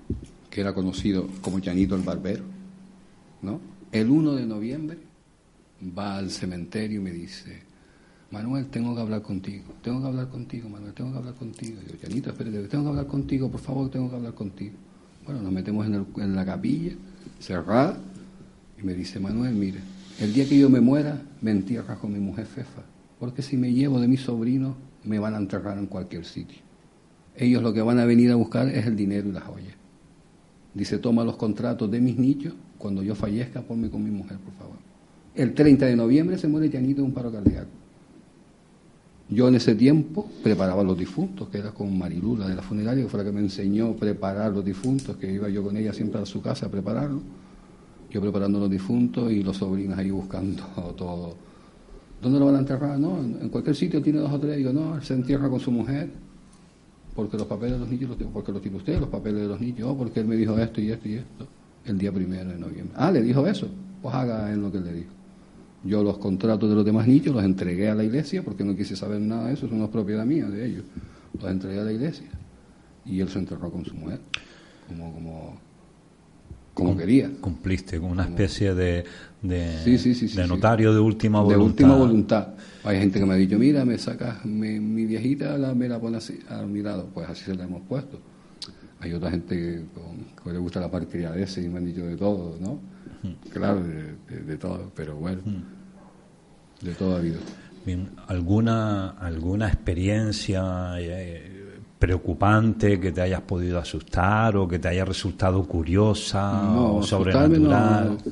que era conocido como Llanito el Barbero, ¿no? El uno de noviembre va al cementerio y me dice, Manuel, tengo que hablar contigo, tengo que hablar contigo, Manuel, tengo que hablar contigo. Y yo, Janito, espérate, tengo que hablar contigo, por favor, tengo que hablar contigo. Bueno, nos metemos en, el, en la capilla, cerrada, y me dice, Manuel, mire, el día que yo me muera, me entierras con mi mujer Fefa, porque si me llevo de mis sobrinos, me van a enterrar en cualquier sitio. Ellos lo que van a venir a buscar es el dinero y las joyas. Dice, toma los contratos de mis nichos, cuando yo fallezca, ponme con mi mujer, por favor. El treinta de noviembre se muere Janito de un paro cardíaco. Yo en ese tiempo preparaba los difuntos, que era con Marilú, la de la funeraria, que fue la que me enseñó a preparar los difuntos, que iba yo con ella siempre a su casa a prepararlo. Yo preparando los difuntos y los sobrinos ahí buscando todo. ¿Dónde lo van a enterrar? No, en cualquier sitio tiene dos o tres. Digo, no, él se entierra con su mujer, porque los papeles de los niños, los, porque los tiene usted, los papeles de los niños, oh, porque él me dijo esto y esto y esto, el día primero de noviembre. Ah, le dijo eso, pues haga en lo que él le dijo. Yo los contratos de los demás nichos los entregué a la iglesia, porque no quise saber nada de eso, son una propiedad mía de ellos. Los entregué a la iglesia y él se enterró con su mujer, como como como
Cum,
quería.
Cumpliste con una como, especie de, de,
sí, sí, sí, sí,
de notario
sí.
de última voluntad.
De última voluntad. Hay gente que me ha dicho, mira, me sacas mi, mi viejita, la, me la pones así, a mi lado. Pues así se la hemos puesto. Hay otra gente que, con, que le gusta la parquería de ese y me han dicho de todo, ¿no? Uh-huh. Claro, de, de, de todo, pero bueno, uh-huh. de todo ha habido.
Bien, ¿alguna, alguna experiencia eh, preocupante que te hayas podido asustar o que te haya resultado curiosa
no,
o sobrenatural?
No.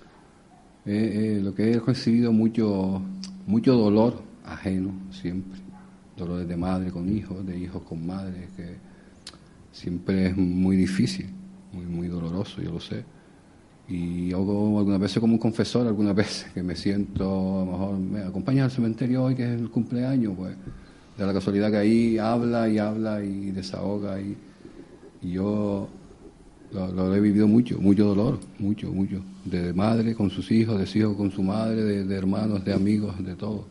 Eh, eh, lo que he recibido mucho mucho dolor ajeno siempre, dolores de madre con hijos, de hijos con madre, que siempre es muy difícil, muy muy doloroso, yo lo sé. Y hago algunas veces como un confesor, algunas veces que me siento, a lo mejor me acompañas al cementerio hoy que es el cumpleaños, pues de la casualidad que ahí habla y habla y desahoga y, y yo lo, lo he vivido mucho, mucho dolor, mucho, mucho, de madre con sus hijos, de hijos con su madre, de, de hermanos, de amigos, de todo.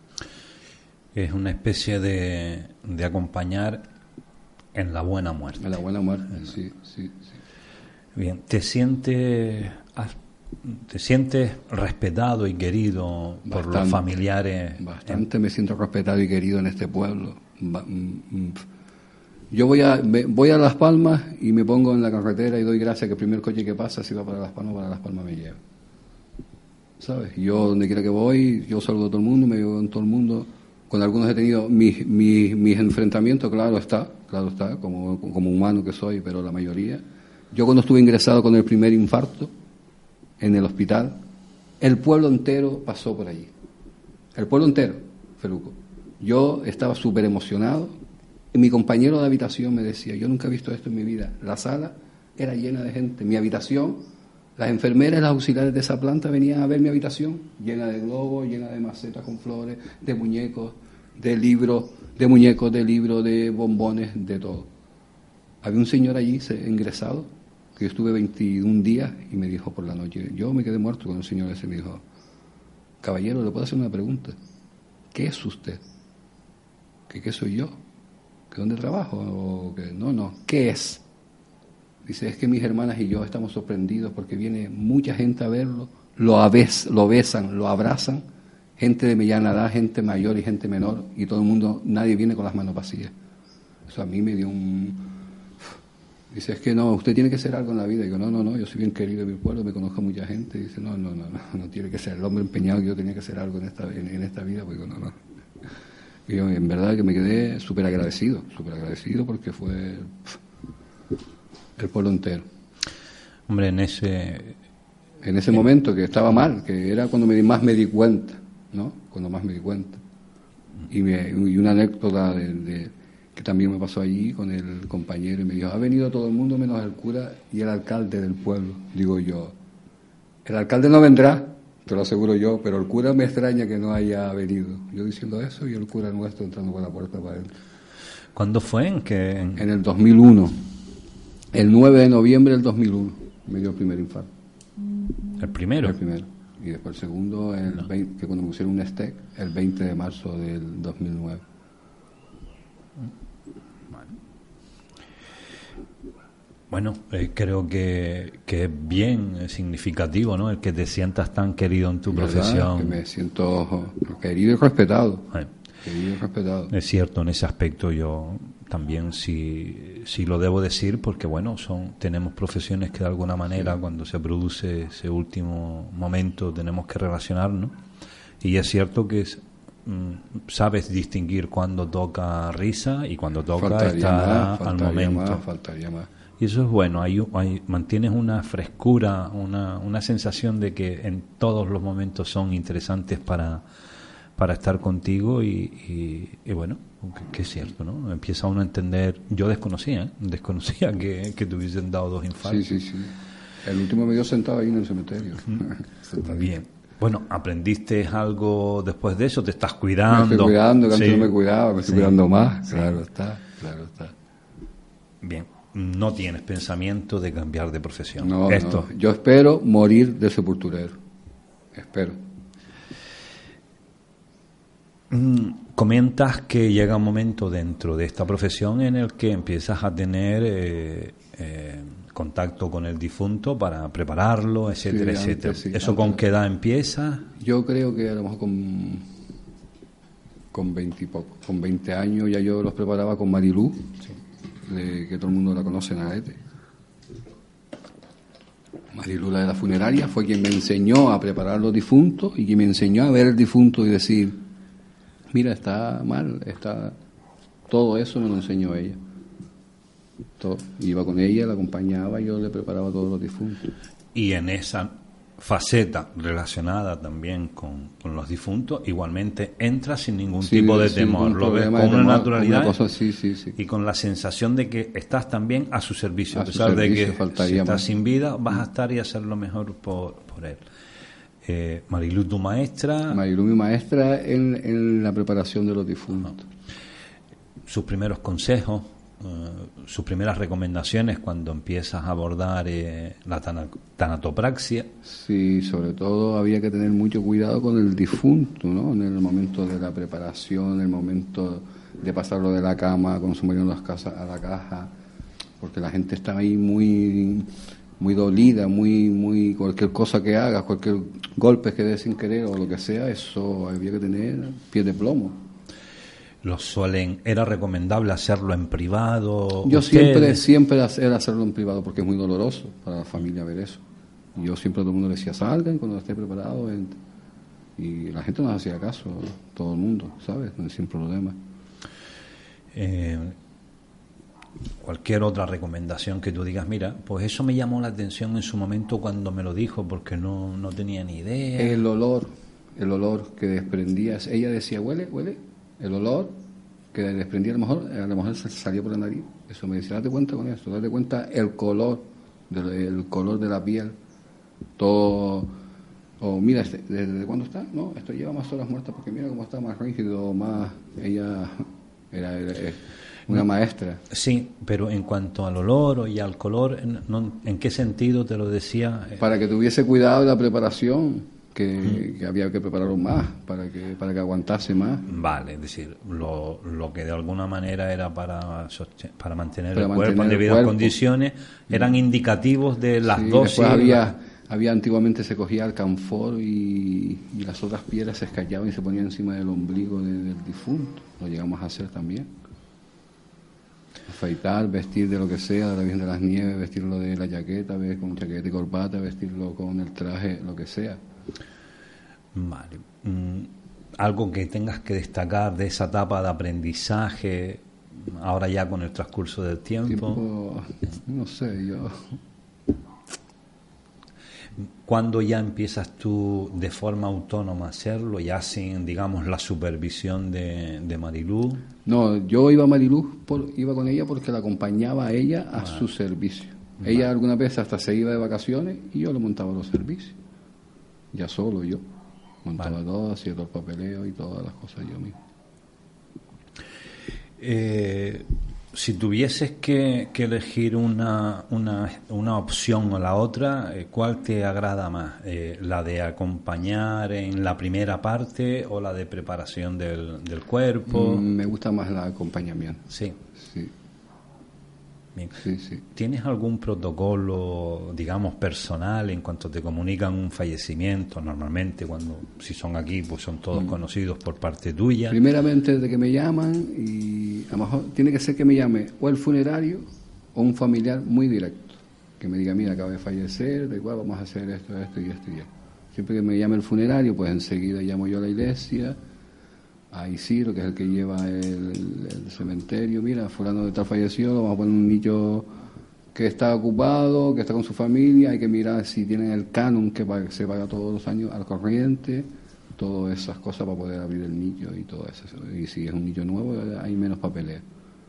Es una especie de, de acompañar en la buena muerte.
En la buena muerte, sí, sí, sí.
Bien, ¿te sientes, te sientes respetado y querido bastante, por los familiares?
Bastante, me siento respetado y querido en este pueblo. Yo voy a voy a Las Palmas y me pongo en la carretera y doy gracias que el primer coche que pasa, si va para Las Palmas, para Las Palmas me lleva. ¿Sabes? Yo donde quiera que voy, yo saludo a todo el mundo, me llevo con todo el mundo. Con algunos he tenido mis, mis, mis enfrentamientos, claro está, claro está, como, como humano que soy, pero la mayoría. Yo cuando estuve ingresado con el primer infarto en el hospital, el pueblo entero pasó por allí. El pueblo entero, Feluco. Yo estaba súper emocionado y mi compañero de habitación me decía, yo nunca he visto esto en mi vida. La sala era llena de gente. Mi habitación, las enfermeras, las auxiliares de esa planta venían a ver mi habitación, llena de globos, llena de macetas con flores, de muñecos, de libros, de muñecos, de libros, de bombones, de todo. Había un señor allí ingresado, que yo estuve veintiún días y me dijo por la noche, yo me quedé muerto con el señor ese, me dijo, caballero, ¿le puedo hacer una pregunta? ¿Qué es usted? ¿Qué, qué soy yo? ¿Que dónde trabajo? ¿O que no, no, ¿qué es? Dice, es que mis hermanas y yo estamos sorprendidos porque viene mucha gente a verlo, lo, abes, lo besan, lo abrazan, gente de mediana edad, gente mayor y gente menor, y todo el mundo, nadie viene con las manos vacías. Eso a mí me dio un... Dice, es que no, usted tiene que ser algo en la vida. Y digo, no, no, no, yo soy bien querido de mi pueblo, me conozco a mucha gente. Y dice, no, no, no, no, no tiene que ser el hombre empeñado que yo tenía que ser algo en esta, en, en esta vida. Pues digo, no, no. Y yo, en verdad que me quedé súper agradecido, súper agradecido porque fue el pueblo entero.
Hombre, en ese...
En ese momento que estaba mal, que era cuando me, más me di cuenta, ¿no? Cuando más me di cuenta. Y, me, y una anécdota de... de que también me pasó allí con el compañero y me dijo, ha venido todo el mundo menos el cura y el alcalde del pueblo. Digo yo, el alcalde no vendrá, te lo aseguro yo, pero el cura me extraña que no haya venido. Yo diciendo eso y el cura nuestro entrando por la puerta para adentro.
¿Cuándo fue? ¿En qué?
En el dos mil uno, el nueve de noviembre del dos mil uno, me dio el primer infarto.
¿El primero?
El primero. Y después el segundo, el no. veinte, que cuando me pusieron un S T E C, el veinte de marzo del dos mil nueve.
Bueno, eh, creo que, que es bien significativo, ¿no? El que te sientas tan querido en tu
¿Verdad?
profesión.
Que me siento querido y respetado.
Eh,
Querido y respetado.
Es cierto, en ese aspecto yo también sí, sí lo debo decir, porque bueno, son tenemos profesiones que de alguna manera sí. Cuando se produce ese último momento tenemos que relacionarnos, y es cierto que es, mm, sabes distinguir cuando toca risa y cuando toca
faltaría
estar
más,
al momento.
Más, faltaría más.
Y eso es bueno, hay, hay, mantienes una frescura, una, una sensación de que en todos los momentos son interesantes para, para estar contigo y, y, y bueno, que, que es cierto, ¿no? Empieza uno a entender, yo desconocía, ¿eh? desconocía que, que te hubiesen dado dos infartos.
Sí, sí, sí. El último me dio sentado ahí en el cementerio.
Bien. Bueno, ¿aprendiste algo después de eso? ¿Te estás cuidando?
Me estoy cuidando, que antes
sí.
no me cuidaba, me estoy
sí.
cuidando más.
Sí.
Claro está, claro está.
Bien. No tienes pensamiento de cambiar de profesión.
No,
Esto.
no. Yo espero morir de sepulturero. Espero.
Mm, comentas que llega un momento dentro de esta profesión en el que empiezas a tener eh, eh, contacto con el difunto para prepararlo, etcétera,
sí,
etcétera.
Antes, sí,
¿Eso
antes.
con qué edad empieza?
Yo creo que a lo mejor con con veinte poco, con veinte años ya yo los preparaba con Marilú. Sí. De, que todo el mundo la conoce en Agaete. Marilú, la de la funeraria, fue quien me enseñó a preparar los difuntos y quien me enseñó a ver el difunto y decir, mira, está mal, está... Todo eso me lo enseñó ella. Todo. Iba con ella, la acompañaba y yo le preparaba todos los difuntos.
Y en esa faceta relacionada también con, con los difuntos, igualmente entra sin ningún
sí,
tipo de temor, lo ves con una temor, naturalidad una cosa,
sí, sí, sí.
y con la sensación de que estás también a su servicio, a, a pesar
servicio,
de que si estás
más.
sin vida vas a estar y hacer lo mejor por, por él. Eh, Marilú, tu maestra.
Marilú, mi maestra en, en la preparación de los difuntos.
Uh-huh. Sus primeros consejos, Uh, sus primeras recomendaciones cuando empiezas a abordar eh, la tana- tanatopraxia.
Sí, sobre todo había que tener mucho cuidado con el difunto, ¿no? En el momento de la preparación, en el momento de pasarlo de la cama, cuando se morían las casas a la caja, porque la gente estaba ahí muy muy dolida, muy muy cualquier cosa que hagas, cualquier golpe que des sin querer o lo que sea, eso había que tener pie de plomo.
Los suelen, ¿era recomendable hacerlo en privado?
Yo
¿Ustedes?
siempre, siempre era hacerlo en privado porque es muy doloroso para la familia ver eso. Y yo siempre a todo el mundo le decía, salgan cuando esté preparado. Y la gente nos hacía caso, todo el mundo, ¿sabes? Sin problema.
Eh, cualquier otra recomendación que tú digas, mira, pues eso me llamó la atención en su momento cuando me lo dijo porque no, no tenía ni idea.
El olor, el olor que desprendía, ella decía, huele, huele. El olor que desprendía, a lo mejor, a lo mejor salía por la nariz. Eso me decía, date cuenta con esto, date cuenta el color, el color de la piel, todo. O mira, este, ¿desde cuándo está? No, esto lleva más horas muertas porque mira cómo está más rígido, más. Ella era, era, era una maestra.
Sí, pero en cuanto al olor y al color, ¿no? ¿En qué sentido te lo decía?
Para que tuviese cuidado de la preparación. Que, mm. que había que prepararlo más para que para que aguantase más.
Vale, es decir, lo, lo que de alguna manera era para para mantener
para
el
mantener
cuerpo en debidas
cuerpo.
condiciones, eran indicativos de las
sí,
dosis.
Después había, había antiguamente se cogía alcanfor y, y las otras piedras se escallaban y se ponían encima del ombligo de, del difunto. Lo llegamos a hacer también. Afeitar, vestir de lo que sea, de la Virgen de las Nieves, vestirlo de la chaqueta, con chaqueta y corbata, vestirlo con el traje, lo que sea.
Vale. Mm, algo que tengas que destacar de esa etapa de aprendizaje, ahora ya con el transcurso del tiempo.
tiempo no sé, yo.
¿Cuándo ya empiezas tú de forma autónoma a hacerlo, ya sin, digamos, la supervisión de, de Marilú?
No, yo iba a Marilú, por, iba con ella porque la acompañaba a ella a vale. su servicio. Vale. Ella alguna vez hasta se iba de vacaciones y yo le montaba los servicios. Ya solo yo. Montaba vale. todo, hacía todo el papeleo y todas las cosas yo mismo.
Eh, si tuvieses que, que elegir una, una, una opción o la otra, ¿cuál te agrada más? Eh, ¿La de acompañar en la primera parte o la de preparación del, del cuerpo?
Mm, me gusta más el acompañamiento.
Sí.
Sí.
Bien.
Sí, sí.
¿Tienes algún protocolo, digamos, personal en cuanto te comunican un fallecimiento? Normalmente, cuando si son aquí, pues son todos mm. conocidos por parte tuya.
Primeramente, desde que me llaman, y a lo mejor tiene que ser que me llame o el funerario o un familiar muy directo, que me diga, mira, acaba de fallecer, da igual, vamos a hacer esto, esto y esto y esto. Siempre que me llame el funerario, pues enseguida llamo yo a la iglesia, a Isidro, que es el que lleva el, el cementerio. Mira, fulano de tal falleció, vamos a poner un nicho que está ocupado, que está con su familia, hay que mirar si tienen el canon que se paga todos los años al corriente, todas esas cosas para poder abrir el nicho y todo eso. Y si es un nicho nuevo, hay menos papeleo.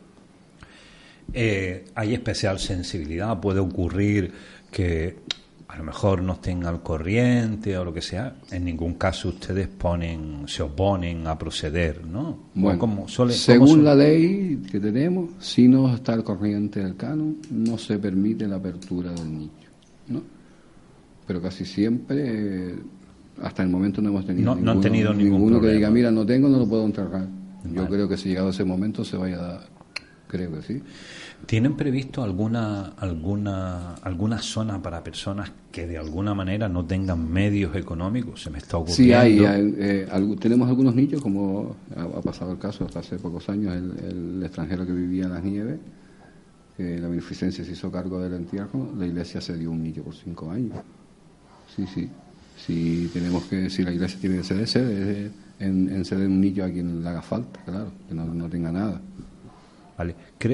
Eh, hay especial sensibilidad, puede ocurrir que a lo mejor no estén al corriente o lo que sea. En ningún caso ustedes ponen, se oponen a proceder, ¿no?
Bueno,
como suele,
según
suele...
la ley que tenemos, si no está al corriente del canon, no se permite la apertura del nicho, ¿no? Pero casi siempre, hasta el momento no hemos tenido
no,
ninguno,
no han tenido ningún
ninguno
problema.
Que diga, mira, no tengo, no lo puedo enterrar. Yo
Vale.
creo que si llegado ese momento se vaya a dar, creo que sí.
¿Tienen previsto alguna alguna alguna zona para personas que de alguna manera no tengan medios económicos? Se me está ocurriendo.
Sí, hay. hay eh, algo, tenemos algunos nichos, como ha, ha pasado el caso hasta hace pocos años, el, el extranjero que vivía en las nieves, que la beneficencia se hizo cargo del entierro, la iglesia cedió un nicho por cinco años. Sí, sí. Si tenemos que, si la iglesia tiene que ceder, cede en, en ceder un nicho a quien le haga falta, claro, que no, no tenga nada.
Vale.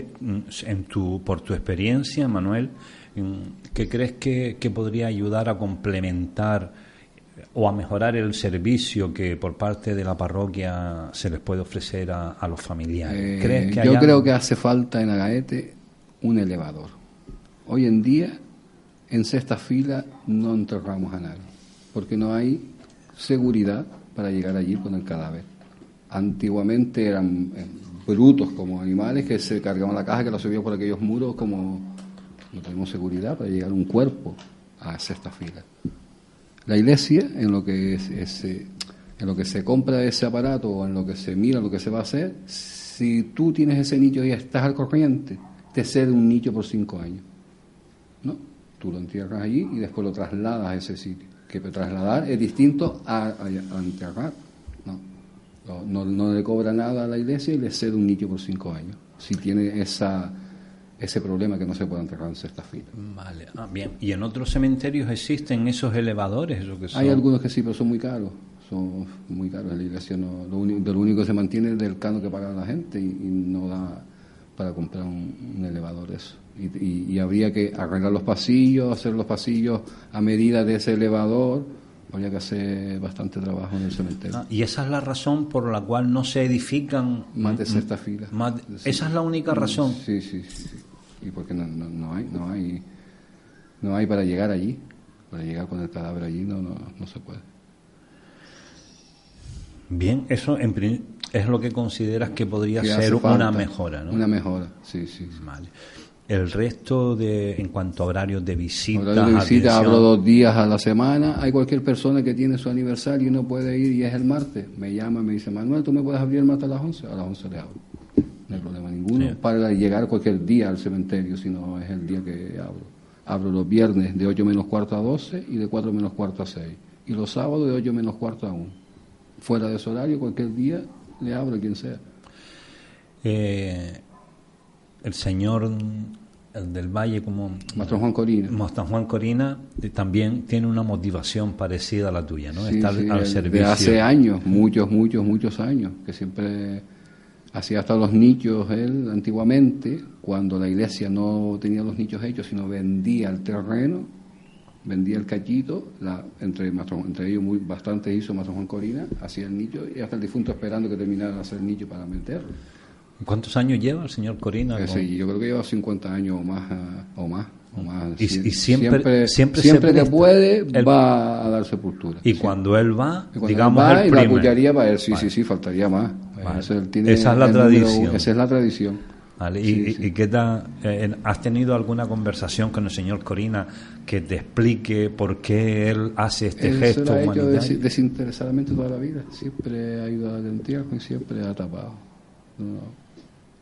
En tu, por tu experiencia, Manuel, ¿qué crees que, que podría ayudar a complementar o a mejorar el servicio que por parte de la parroquia se les puede ofrecer a, a los familiares?
Eh,
¿Crees que
yo
haya...
creo que hace falta en Agaete un elevador. Hoy en día, en sexta fila no enterramos a nadie, porque no hay seguridad para llegar allí con el cadáver. Antiguamente eran eh, brutos como animales que se cargaban la caja, que la subían por aquellos muros, como no tenemos seguridad para llegar un cuerpo a sexta fila. La iglesia, en lo que es, es, en lo que se compra ese aparato o en lo que se mira lo que se va a hacer, si tú tienes ese nicho y estás al corriente, te cede un nicho por cinco años, ¿no? Tú lo entierras allí y después lo trasladas a ese sitio, que trasladar es distinto a, a, a enterrar, ¿no? No, no, no le cobra nada a la iglesia y le cede un nicho por cinco años, si tiene esa ese problema que no se puede enterrar en sexta fila.
Vale, ah, bien. ¿Y en otros cementerios existen esos elevadores? ¿Eso que son?
Hay algunos que sí, pero son muy caros, son muy caros. La iglesia no, lo, único, de lo único que se mantiene es del canon que paga la gente y, y no da para comprar un, un elevador eso. Y, y, y habría que arreglar los pasillos, hacer los pasillos a medida de ese elevador. Habría que hacer bastante trabajo en el cementerio.
Ah, y esa es la razón por la cual no se edifican
más de sexta fila.
Más de, sí. Esa es la única razón.
Sí, sí, sí, sí. Y porque no, no, no hay, no hay, no hay para llegar allí, para llegar con el cadáver allí no, no, no se puede.
Bien, eso en, es lo que consideras que podría
que
ser una mejora, ¿no?
Una mejora, sí, sí. sí.
Vale. El resto de, en cuanto a horarios de visitas,
horarios de visita, abro dos días a la semana. Hay cualquier persona que tiene su aniversario y no puede ir y es el martes, me llama, me dice, Manuel, ¿tú me puedes abrir el martes a las once? A las once le abro. No hay problema ninguno, sí. Para llegar cualquier día al cementerio, si no es el día que abro. Abro los viernes de ocho menos cuarto a doce y de cuatro menos cuarto a seis. Y los sábados de ocho menos cuarto a uno. Fuera de ese horario, cualquier día le abro a quien sea.
Eh, el señor, el del Valle, como...
Mastro Juan Corina.
Mastro Juan Corina también tiene una motivación parecida a la tuya, ¿no?
Sí,
Está
sí,
al
el,
servicio.
De hace años, muchos, muchos, muchos años, que siempre... Hacía hasta los nichos él antiguamente, cuando la iglesia no tenía los nichos hechos, sino vendía el terreno, vendía el cachito, la, entre, entre ellos muy bastante hizo Mastro Juan Corina, hacía el nicho y hasta el difunto esperando que terminara de hacer el nicho para meterlo.
¿Cuántos años lleva el señor Corina?
Eh, sí, yo creo que lleva cincuenta años o más, o más. O más.
Y,
Sie-
y siempre,
siempre,
siempre,
siempre que puede
él,
va a dar sepultura.
Y
sí.
cuando él va,
y cuando
digamos,
él va,
el
y
primer.
la cucharía para él, sí,
Vale.
sí, sí, faltaría más.
Vale.
Eso él tiene
Esa es la
el
tradición.
número, esa es la tradición.
Vale. ¿Y,
Sí,
y,
sí.
y qué tal? Eh, ¿Has tenido alguna conversación con el señor Corina que te explique por qué él hace este
Él
gesto
se lo ha hecho
humanitario?
des- desinteresadamente toda la vida. Siempre ha ido al entierro y siempre ha tapado. No,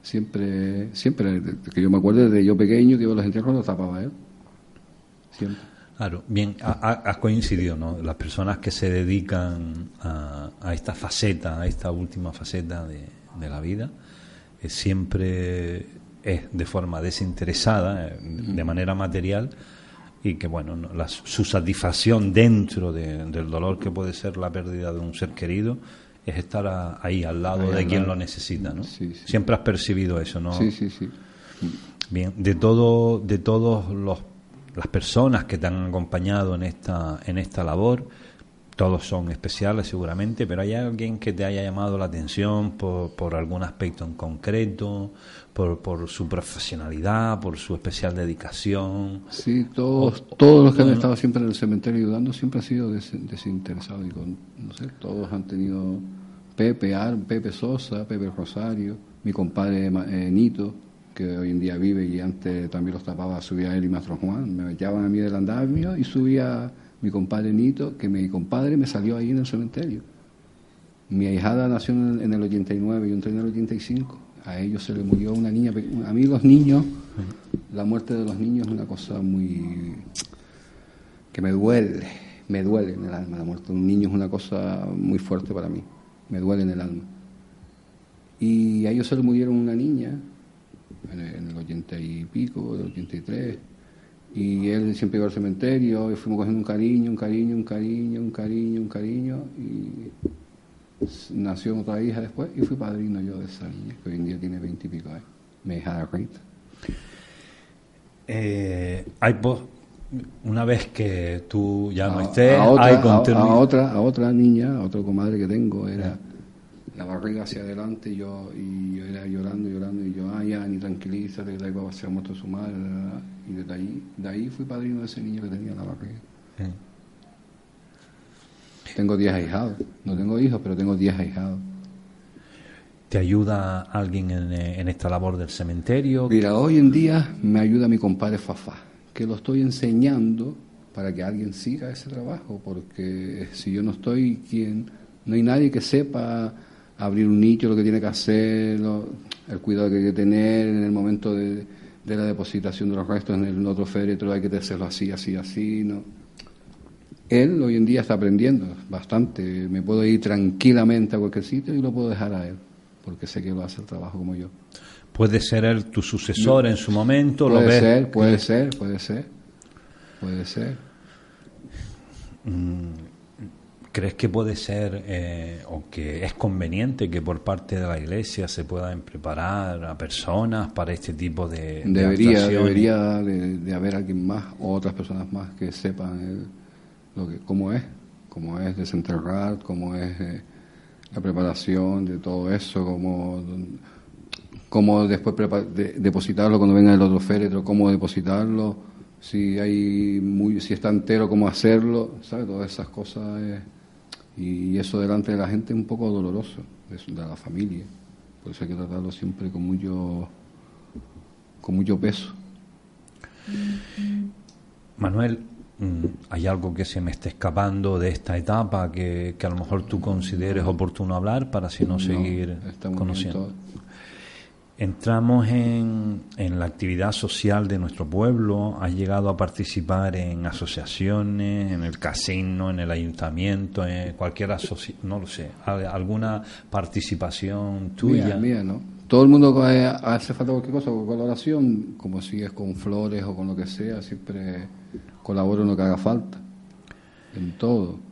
Siempre, siempre, que yo me acuerdo desde yo pequeño que iba a los entierros los tapaba él. Siempre.
Claro, bien, ha, ha coincidido, ¿no? Las personas que se dedican a, a esta faceta, a esta última faceta de, de la vida, eh, siempre es de forma desinteresada, eh, de manera material, y que, bueno, no, la, su satisfacción dentro de, del dolor que puede ser la pérdida de un ser querido es estar a, ahí, al lado ahí, de al quien lado. Lo necesita, ¿no? Sí, sí. Siempre has percibido eso, ¿no?
Sí, sí, sí.
Bien, de todo, de todos los las personas que te han acompañado en esta en esta labor, todos son especiales seguramente, pero ¿hay alguien que te haya llamado la atención por, por algún aspecto en concreto, por, por su profesionalidad, por su especial dedicación?
Sí, todos o, todos los que han estado siempre en el cementerio ayudando siempre han sido des, desinteresados, y con, no sé, todos han tenido Pepe, Ar, Pepe Sosa, Pepe Rosario, mi compadre eh, Nito, que hoy en día vive y antes también los tapaba, subía él y Mastro Juan, me llevaban a mí del andamio y subía mi compadre Nito, que mi compadre me salió ahí en el cementerio. Mi ahijada nació en el ochenta y nueve, yo entré en el ochenta y cinco, a ellos se le murió una niña, a mí los niños, la muerte de los niños es una cosa muy, que me duele, me duele en el alma, la muerte de un niño es una cosa muy fuerte para mí, me duele en el alma. Y a ellos se le murieron una niña, en el, en el ochenta y pico, el ochenta y tres, y él siempre iba al cementerio y fuimos cogiendo un cariño, un cariño, un cariño, un cariño, un cariño, y nació otra hija después y fui padrino yo de esa niña, que hoy en día tiene veinte y pico años, mi hija Rita.
Eh, hay po- una vez que tú ya no
a,
estés,
a otra,
hay
a,
continuidad.
a otra, a otra niña, a otra comadre que tengo, era la barriga hacia adelante, y yo, y yo era llorando, llorando, y yo, ah, ya, ni tranquilízate, que la iba a hacer muerto su madre, y desde ahí, de ahí fui padrino de ese niño que tenía la barriga. Sí. Tengo diez ahijados, no tengo hijos, pero tengo diez ahijados.
¿Te ayuda alguien en, en esta labor del cementerio?
Mira, hoy en día me ayuda mi compadre Fafá, que lo estoy enseñando para que alguien siga ese trabajo, porque si yo no estoy, ¿quién? No hay nadie que sepa abrir un nicho, lo que tiene que hacer, lo, el cuidado que hay que tener en el momento de, de la depositación de los restos en el otro féretro, hay que hacerlo así, así, así, ¿no? Él hoy en día está aprendiendo bastante, me puedo ir tranquilamente a cualquier sitio y lo puedo dejar a él, porque sé que lo hace el trabajo como yo.
¿Puede ser él tu sucesor en su momento?
Puede
¿Lo ves?
ser, puede ser, puede ser, puede ser.
Mm. ¿Crees que puede ser eh, o que es conveniente que por parte de la Iglesia se puedan preparar a personas para este tipo de, de
debería
actuaciones?
Debería de, de haber alguien más o otras personas más que sepan el, lo que cómo es, cómo es desenterrar, cómo es eh, la preparación de todo eso, cómo, cómo después prepa- de, depositarlo cuando venga el otro féretro, cómo depositarlo, si hay muy, si está entero, cómo hacerlo, ¿sabes? Todas esas cosas. Eh, Y eso delante de la gente es un poco doloroso, de la familia. Por eso hay que tratarlo siempre con mucho, con mucho peso.
Manuel, ¿hay algo que se me esté escapando de esta etapa que, que a lo mejor tú consideres oportuno hablar para si no, no seguir conociendo? Entramos en, en la actividad social de nuestro pueblo. ¿Has llegado a participar en asociaciones, en el casino, en el ayuntamiento, en cualquier asociación? No lo sé. ¿Alguna participación tuya?
Mía, mía, ¿no? Todo el mundo que hace falta cualquier cosa, con colaboración, como si es con flores o con lo que sea, siempre colaboro en lo que haga falta. En todo.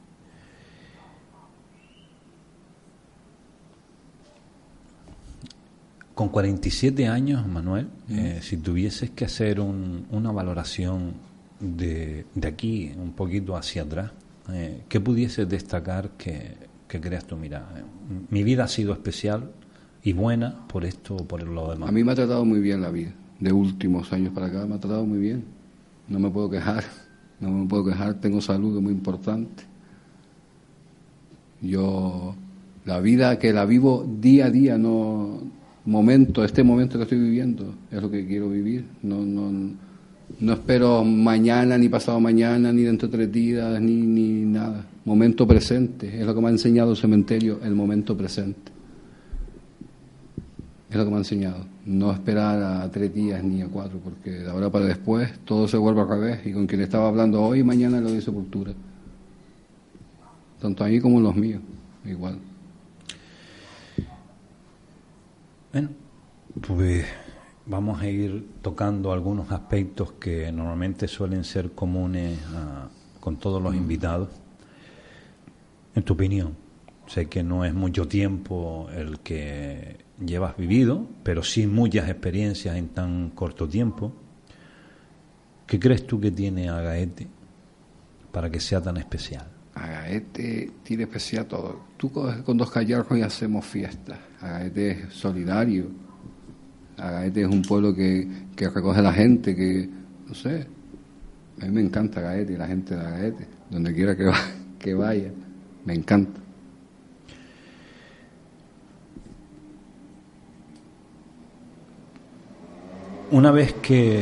Con cuarenta y siete años, Manuel, mm. eh, si tuvieses que hacer un, una valoración de, de aquí, un poquito hacia atrás, eh, ¿qué pudieses destacar que, que creas tú? Mira, eh, mi vida ha sido especial y buena por esto o por lo demás.
A mí me ha tratado muy bien la vida, de últimos años para acá me ha tratado muy bien. No me puedo quejar, no me puedo quejar, tengo salud, que es muy importante. Yo, la vida que la vivo día a día, no... momento, este momento que estoy viviendo es lo que quiero vivir. No, no, no espero mañana, ni pasado mañana, ni dentro de tres días, ni, ni nada. Momento presente, es lo que me ha enseñado el cementerio, el momento presente. Es lo que me ha enseñado. No esperar a tres días ni a cuatro, porque de ahora para después todo se vuelve al revés. Y con quien estaba hablando hoy, mañana le doy sepultura. Tanto a mí como los míos, igual.
Bueno, pues vamos a ir tocando algunos aspectos que normalmente suelen ser comunes a, con todos los invitados. En tu opinión, sé que no es mucho tiempo el que llevas vivido, pero sí muchas experiencias en tan corto tiempo. ¿Qué crees tú que tiene Agaete para que sea tan especial?
Agaete tiene especial todo. Tú coges con dos callarros y hacemos fiestas. Agaete es solidario. Agaete es un pueblo que, que recoge a la gente, que, no sé, a mí me encanta Agaete y la gente de Agaete, donde quiera que, va, que vaya, me encanta.
Una vez que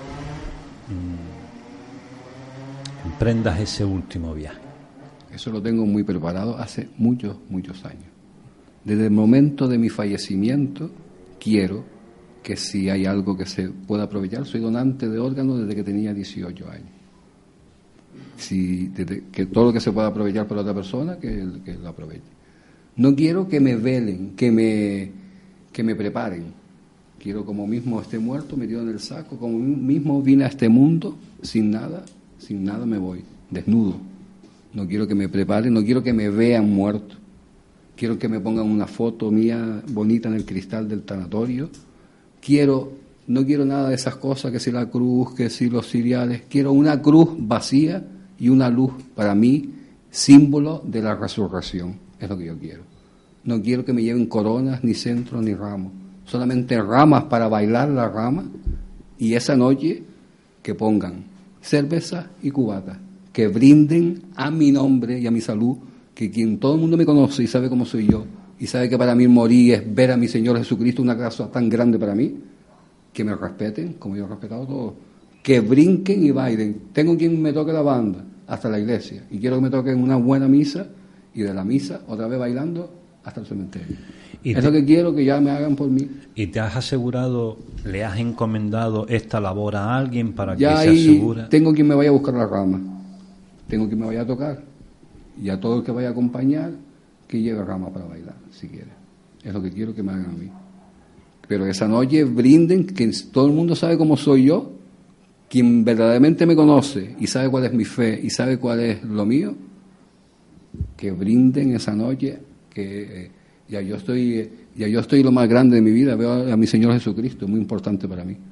mmm, emprendas ese último viaje.
Eso lo tengo muy preparado hace muchos, muchos años. Desde el momento de mi fallecimiento, quiero que si hay algo que se pueda aprovechar, soy donante de órganos desde que tenía dieciocho años. Si, desde, que todo lo que se pueda aprovechar por otra persona, que, que lo aproveche. No quiero que me velen, que me, que me preparen. Quiero como mismo esté muerto, metido en el saco, como mismo vine a este mundo, sin nada, sin nada me voy, desnudo. No quiero que me preparen, no quiero que me vean muerto. Quiero que me pongan una foto mía bonita en el cristal del tanatorio. Quiero, no quiero nada de esas cosas, que si la cruz, que si los ciriales. Quiero una cruz vacía y una luz, para mí, símbolo de la resurrección. Es lo que yo quiero. No quiero que me lleven coronas, ni centros, ni ramos. Solamente ramas para bailar la rama, y esa noche que pongan cerveza y cubata, que brinden a mi nombre y a mi salud, que quien todo el mundo me conoce y sabe cómo soy yo, y sabe que para mí morir es ver a mi Señor Jesucristo, una cosa tan grande para mí, que me respeten como yo he respetado a todos, que brinquen y bailen. Tengo quien me toque la banda hasta la iglesia, y quiero que me toquen una buena misa, y de la misa otra vez bailando hasta el cementerio. Y es te, lo que quiero que ya me hagan por mí.
¿Y te has asegurado, le has encomendado esta labor a alguien para
ya
que se asegure?
Tengo quien me vaya a buscar la rama, tengo quien me vaya a tocar, y a todo el que vaya a acompañar, que lleve rama para bailar, si quiere. Es lo que quiero que me hagan a mí. Pero esa noche brinden, que todo el mundo sabe cómo soy yo, quien verdaderamente me conoce y sabe cuál es mi fe y sabe cuál es lo mío, que brinden esa noche, que eh, ya yo estoy eh, ya yo estoy lo más grande de mi vida, veo a mi Señor Jesucristo, muy importante para mí.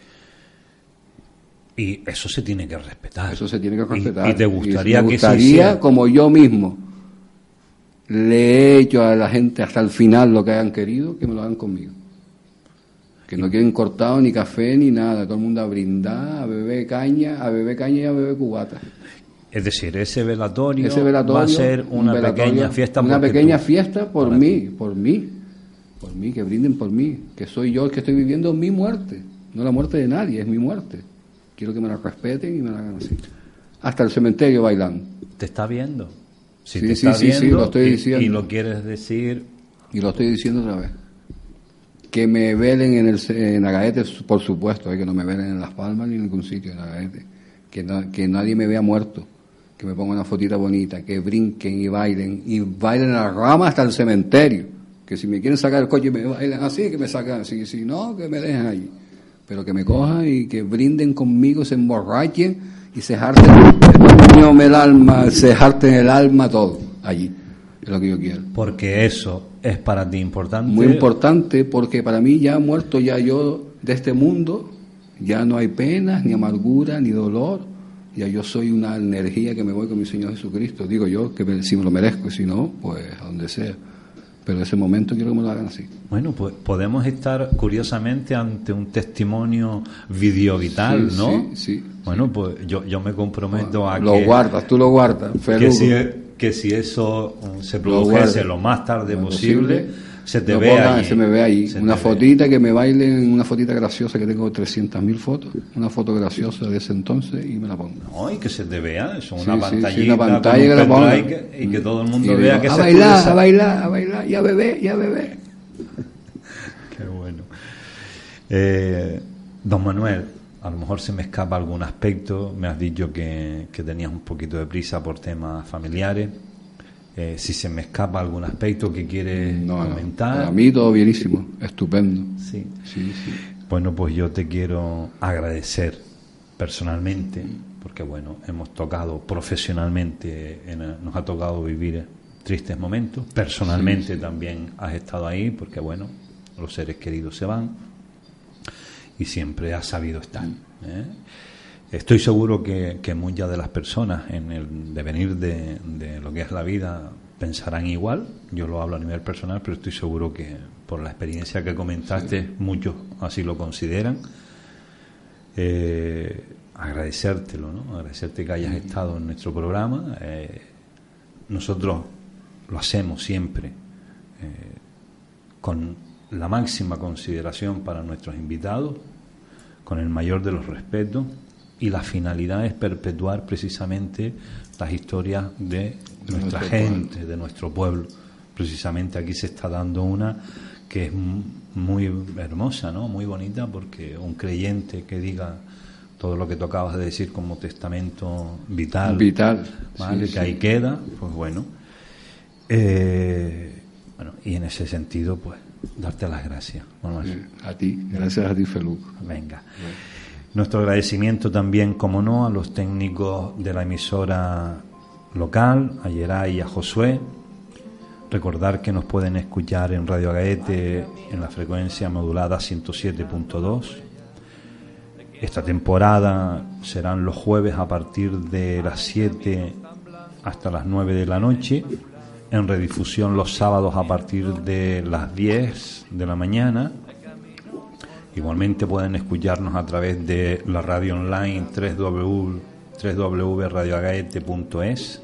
Y eso se tiene que respetar.
Eso se tiene que respetar.
¿Y, y te gustaría,
y me gustaría
que se hiciera?
Como yo mismo le he hecho a la gente hasta el final lo que hayan querido, que me lo hagan conmigo. Que no quieren cortado ni café ni nada, todo el mundo a brindar, a beber caña, a beber caña y a beber cubata.
Es decir, ese velatorio,
ese velatorio
va a ser una pequeña fiesta.
Una pequeña
tú,
fiesta por mí, ti. por mí, por mí, que brinden por mí, que soy yo el que estoy viviendo mi muerte, no la muerte de nadie, es mi muerte. Quiero que me la respeten y me la hagan así. Hasta el cementerio bailando.
¿Te está viendo? Si
sí,
te
sí,
está
sí,
viendo
sí, lo estoy
y,
diciendo.
Y lo quieres decir.
Y lo estoy diciendo otra vez. Que me velen en, el, en Agaete, por supuesto, eh, que no me velen en Las Palmas ni en ningún sitio en Agaete. Que, no, que nadie me vea muerto. Que me pongan una fotita bonita, que brinquen y bailen, y bailen a la rama hasta el cementerio. Que si me quieren sacar el coche y me bailan así, que me sacan así, si no, que me dejen allí. Pero que me cojan y que brinden conmigo, se emborrachen y se jarten el alma, se jarten el alma todo allí. Es lo que yo quiero.
Porque eso es para ti importante.
Muy importante, porque para mí ya muerto ya yo de este mundo, ya no hay penas, ni amargura, ni dolor. Ya yo soy una energía que me voy con mi Señor Jesucristo. Digo yo que me, si me lo merezco, y si no, pues a donde sea. Pero en ese momento quiero que me lo hagan así.
Bueno, pues podemos estar curiosamente ante un testimonio videovital,
sí,
¿no?
Sí, sí.
Bueno,
sí.
pues yo, yo me comprometo
bueno,
a
lo
que...
Lo guardas, tú lo guardas,
que si, que si eso se produjese lo, lo más tarde lo posible, posible, se te ve allí.
Se me ve ahí. Una fotita ve. Que me bailen, una fotita graciosa, que tengo trescientas mil fotos, una foto graciosa de ese entonces y me la pongo.
No, y que se te vea, eso, una
sí,
pantallita
sí, sí, una pantalla que la ponga.
Y que, y que todo el mundo
y
vea
digo,
que
a
se
bailar, a bailar, a bailar, y a beber, y a beber.
Qué bueno. Eh, don Manuel, a lo mejor se me escapa algún aspecto. Me has dicho que, que tenías un poquito de prisa por temas familiares. Eh, si se me escapa algún aspecto que quieres
no,
comentar.
No, a mí todo bienísimo, estupendo.
Sí.
Sí, sí.
Bueno, pues yo te quiero agradecer personalmente, porque bueno, hemos tocado profesionalmente, en, nos ha tocado vivir tristes momentos. Personalmente sí, sí. También has estado ahí, porque bueno, los seres queridos se van y siempre has sabido estar, ¿eh? Estoy seguro que, que muchas de las personas en el devenir de, de lo que es la vida pensarán igual. Yo lo hablo a nivel personal, pero estoy seguro que por la experiencia que comentaste, sí. muchos así lo consideran. Eh, agradecértelo, ¿no? Agradecerte que hayas estado en nuestro programa. Eh, nosotros lo hacemos siempre eh, con la máxima consideración para nuestros invitados, con el mayor de los respetos, y la finalidad es perpetuar precisamente las historias de nuestra gente, de nuestro pueblo. Precisamente aquí se está dando una que es muy hermosa, ¿no? Muy bonita, porque un creyente que diga todo lo que tú acabas de decir como testamento vital,
vital,
¿vale?
Sí,
que
sí.
ahí queda, pues bueno. Eh, bueno, y en ese sentido, pues, darte las gracias. Bueno,
eh, a ti, gracias a ti, Felú.
Venga. Bueno. Nuestro agradecimiento también, como no, a los técnicos de la emisora local, a Yeray y a Josué. Recordar que nos pueden escuchar en Radio Agaete en la frecuencia modulada ciento siete punto dos. Esta temporada serán los jueves a partir de las siete hasta las nueve de la noche. En redifusión los sábados a partir de las diez de la mañana. Igualmente pueden escucharnos a través de la radio online doble u doble u doble u punto radio agaete punto es.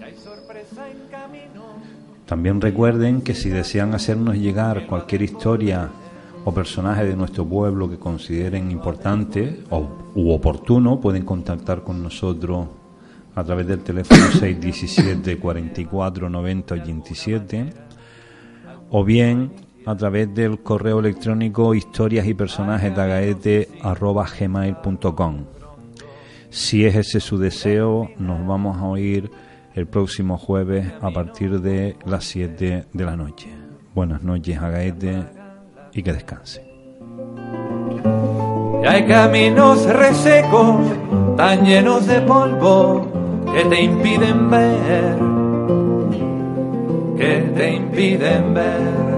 También recuerden que si desean hacernos llegar cualquier historia o personaje de nuestro pueblo que consideren importante o u oportuno, pueden contactar con nosotros a través del teléfono seis uno siete, cuatro cuatro, nueve cero dos siete o bien a través del correo electrónico historias y personajes de agaete arroba gmail punto com. Si es ese su deseo, nos vamos a oír el próximo jueves a partir de las siete de la noche. Buenas noches, Agaete, y que descanse.
Y hay caminos resecos, tan llenos de polvo, que te impiden ver, que te impiden ver.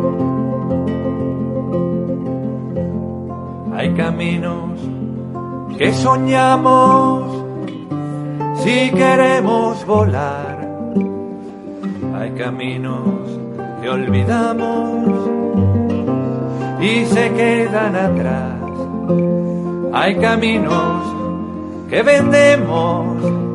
Hay caminos que soñamos si queremos volar. Hay caminos que olvidamos y se quedan atrás. Hay caminos que vendemos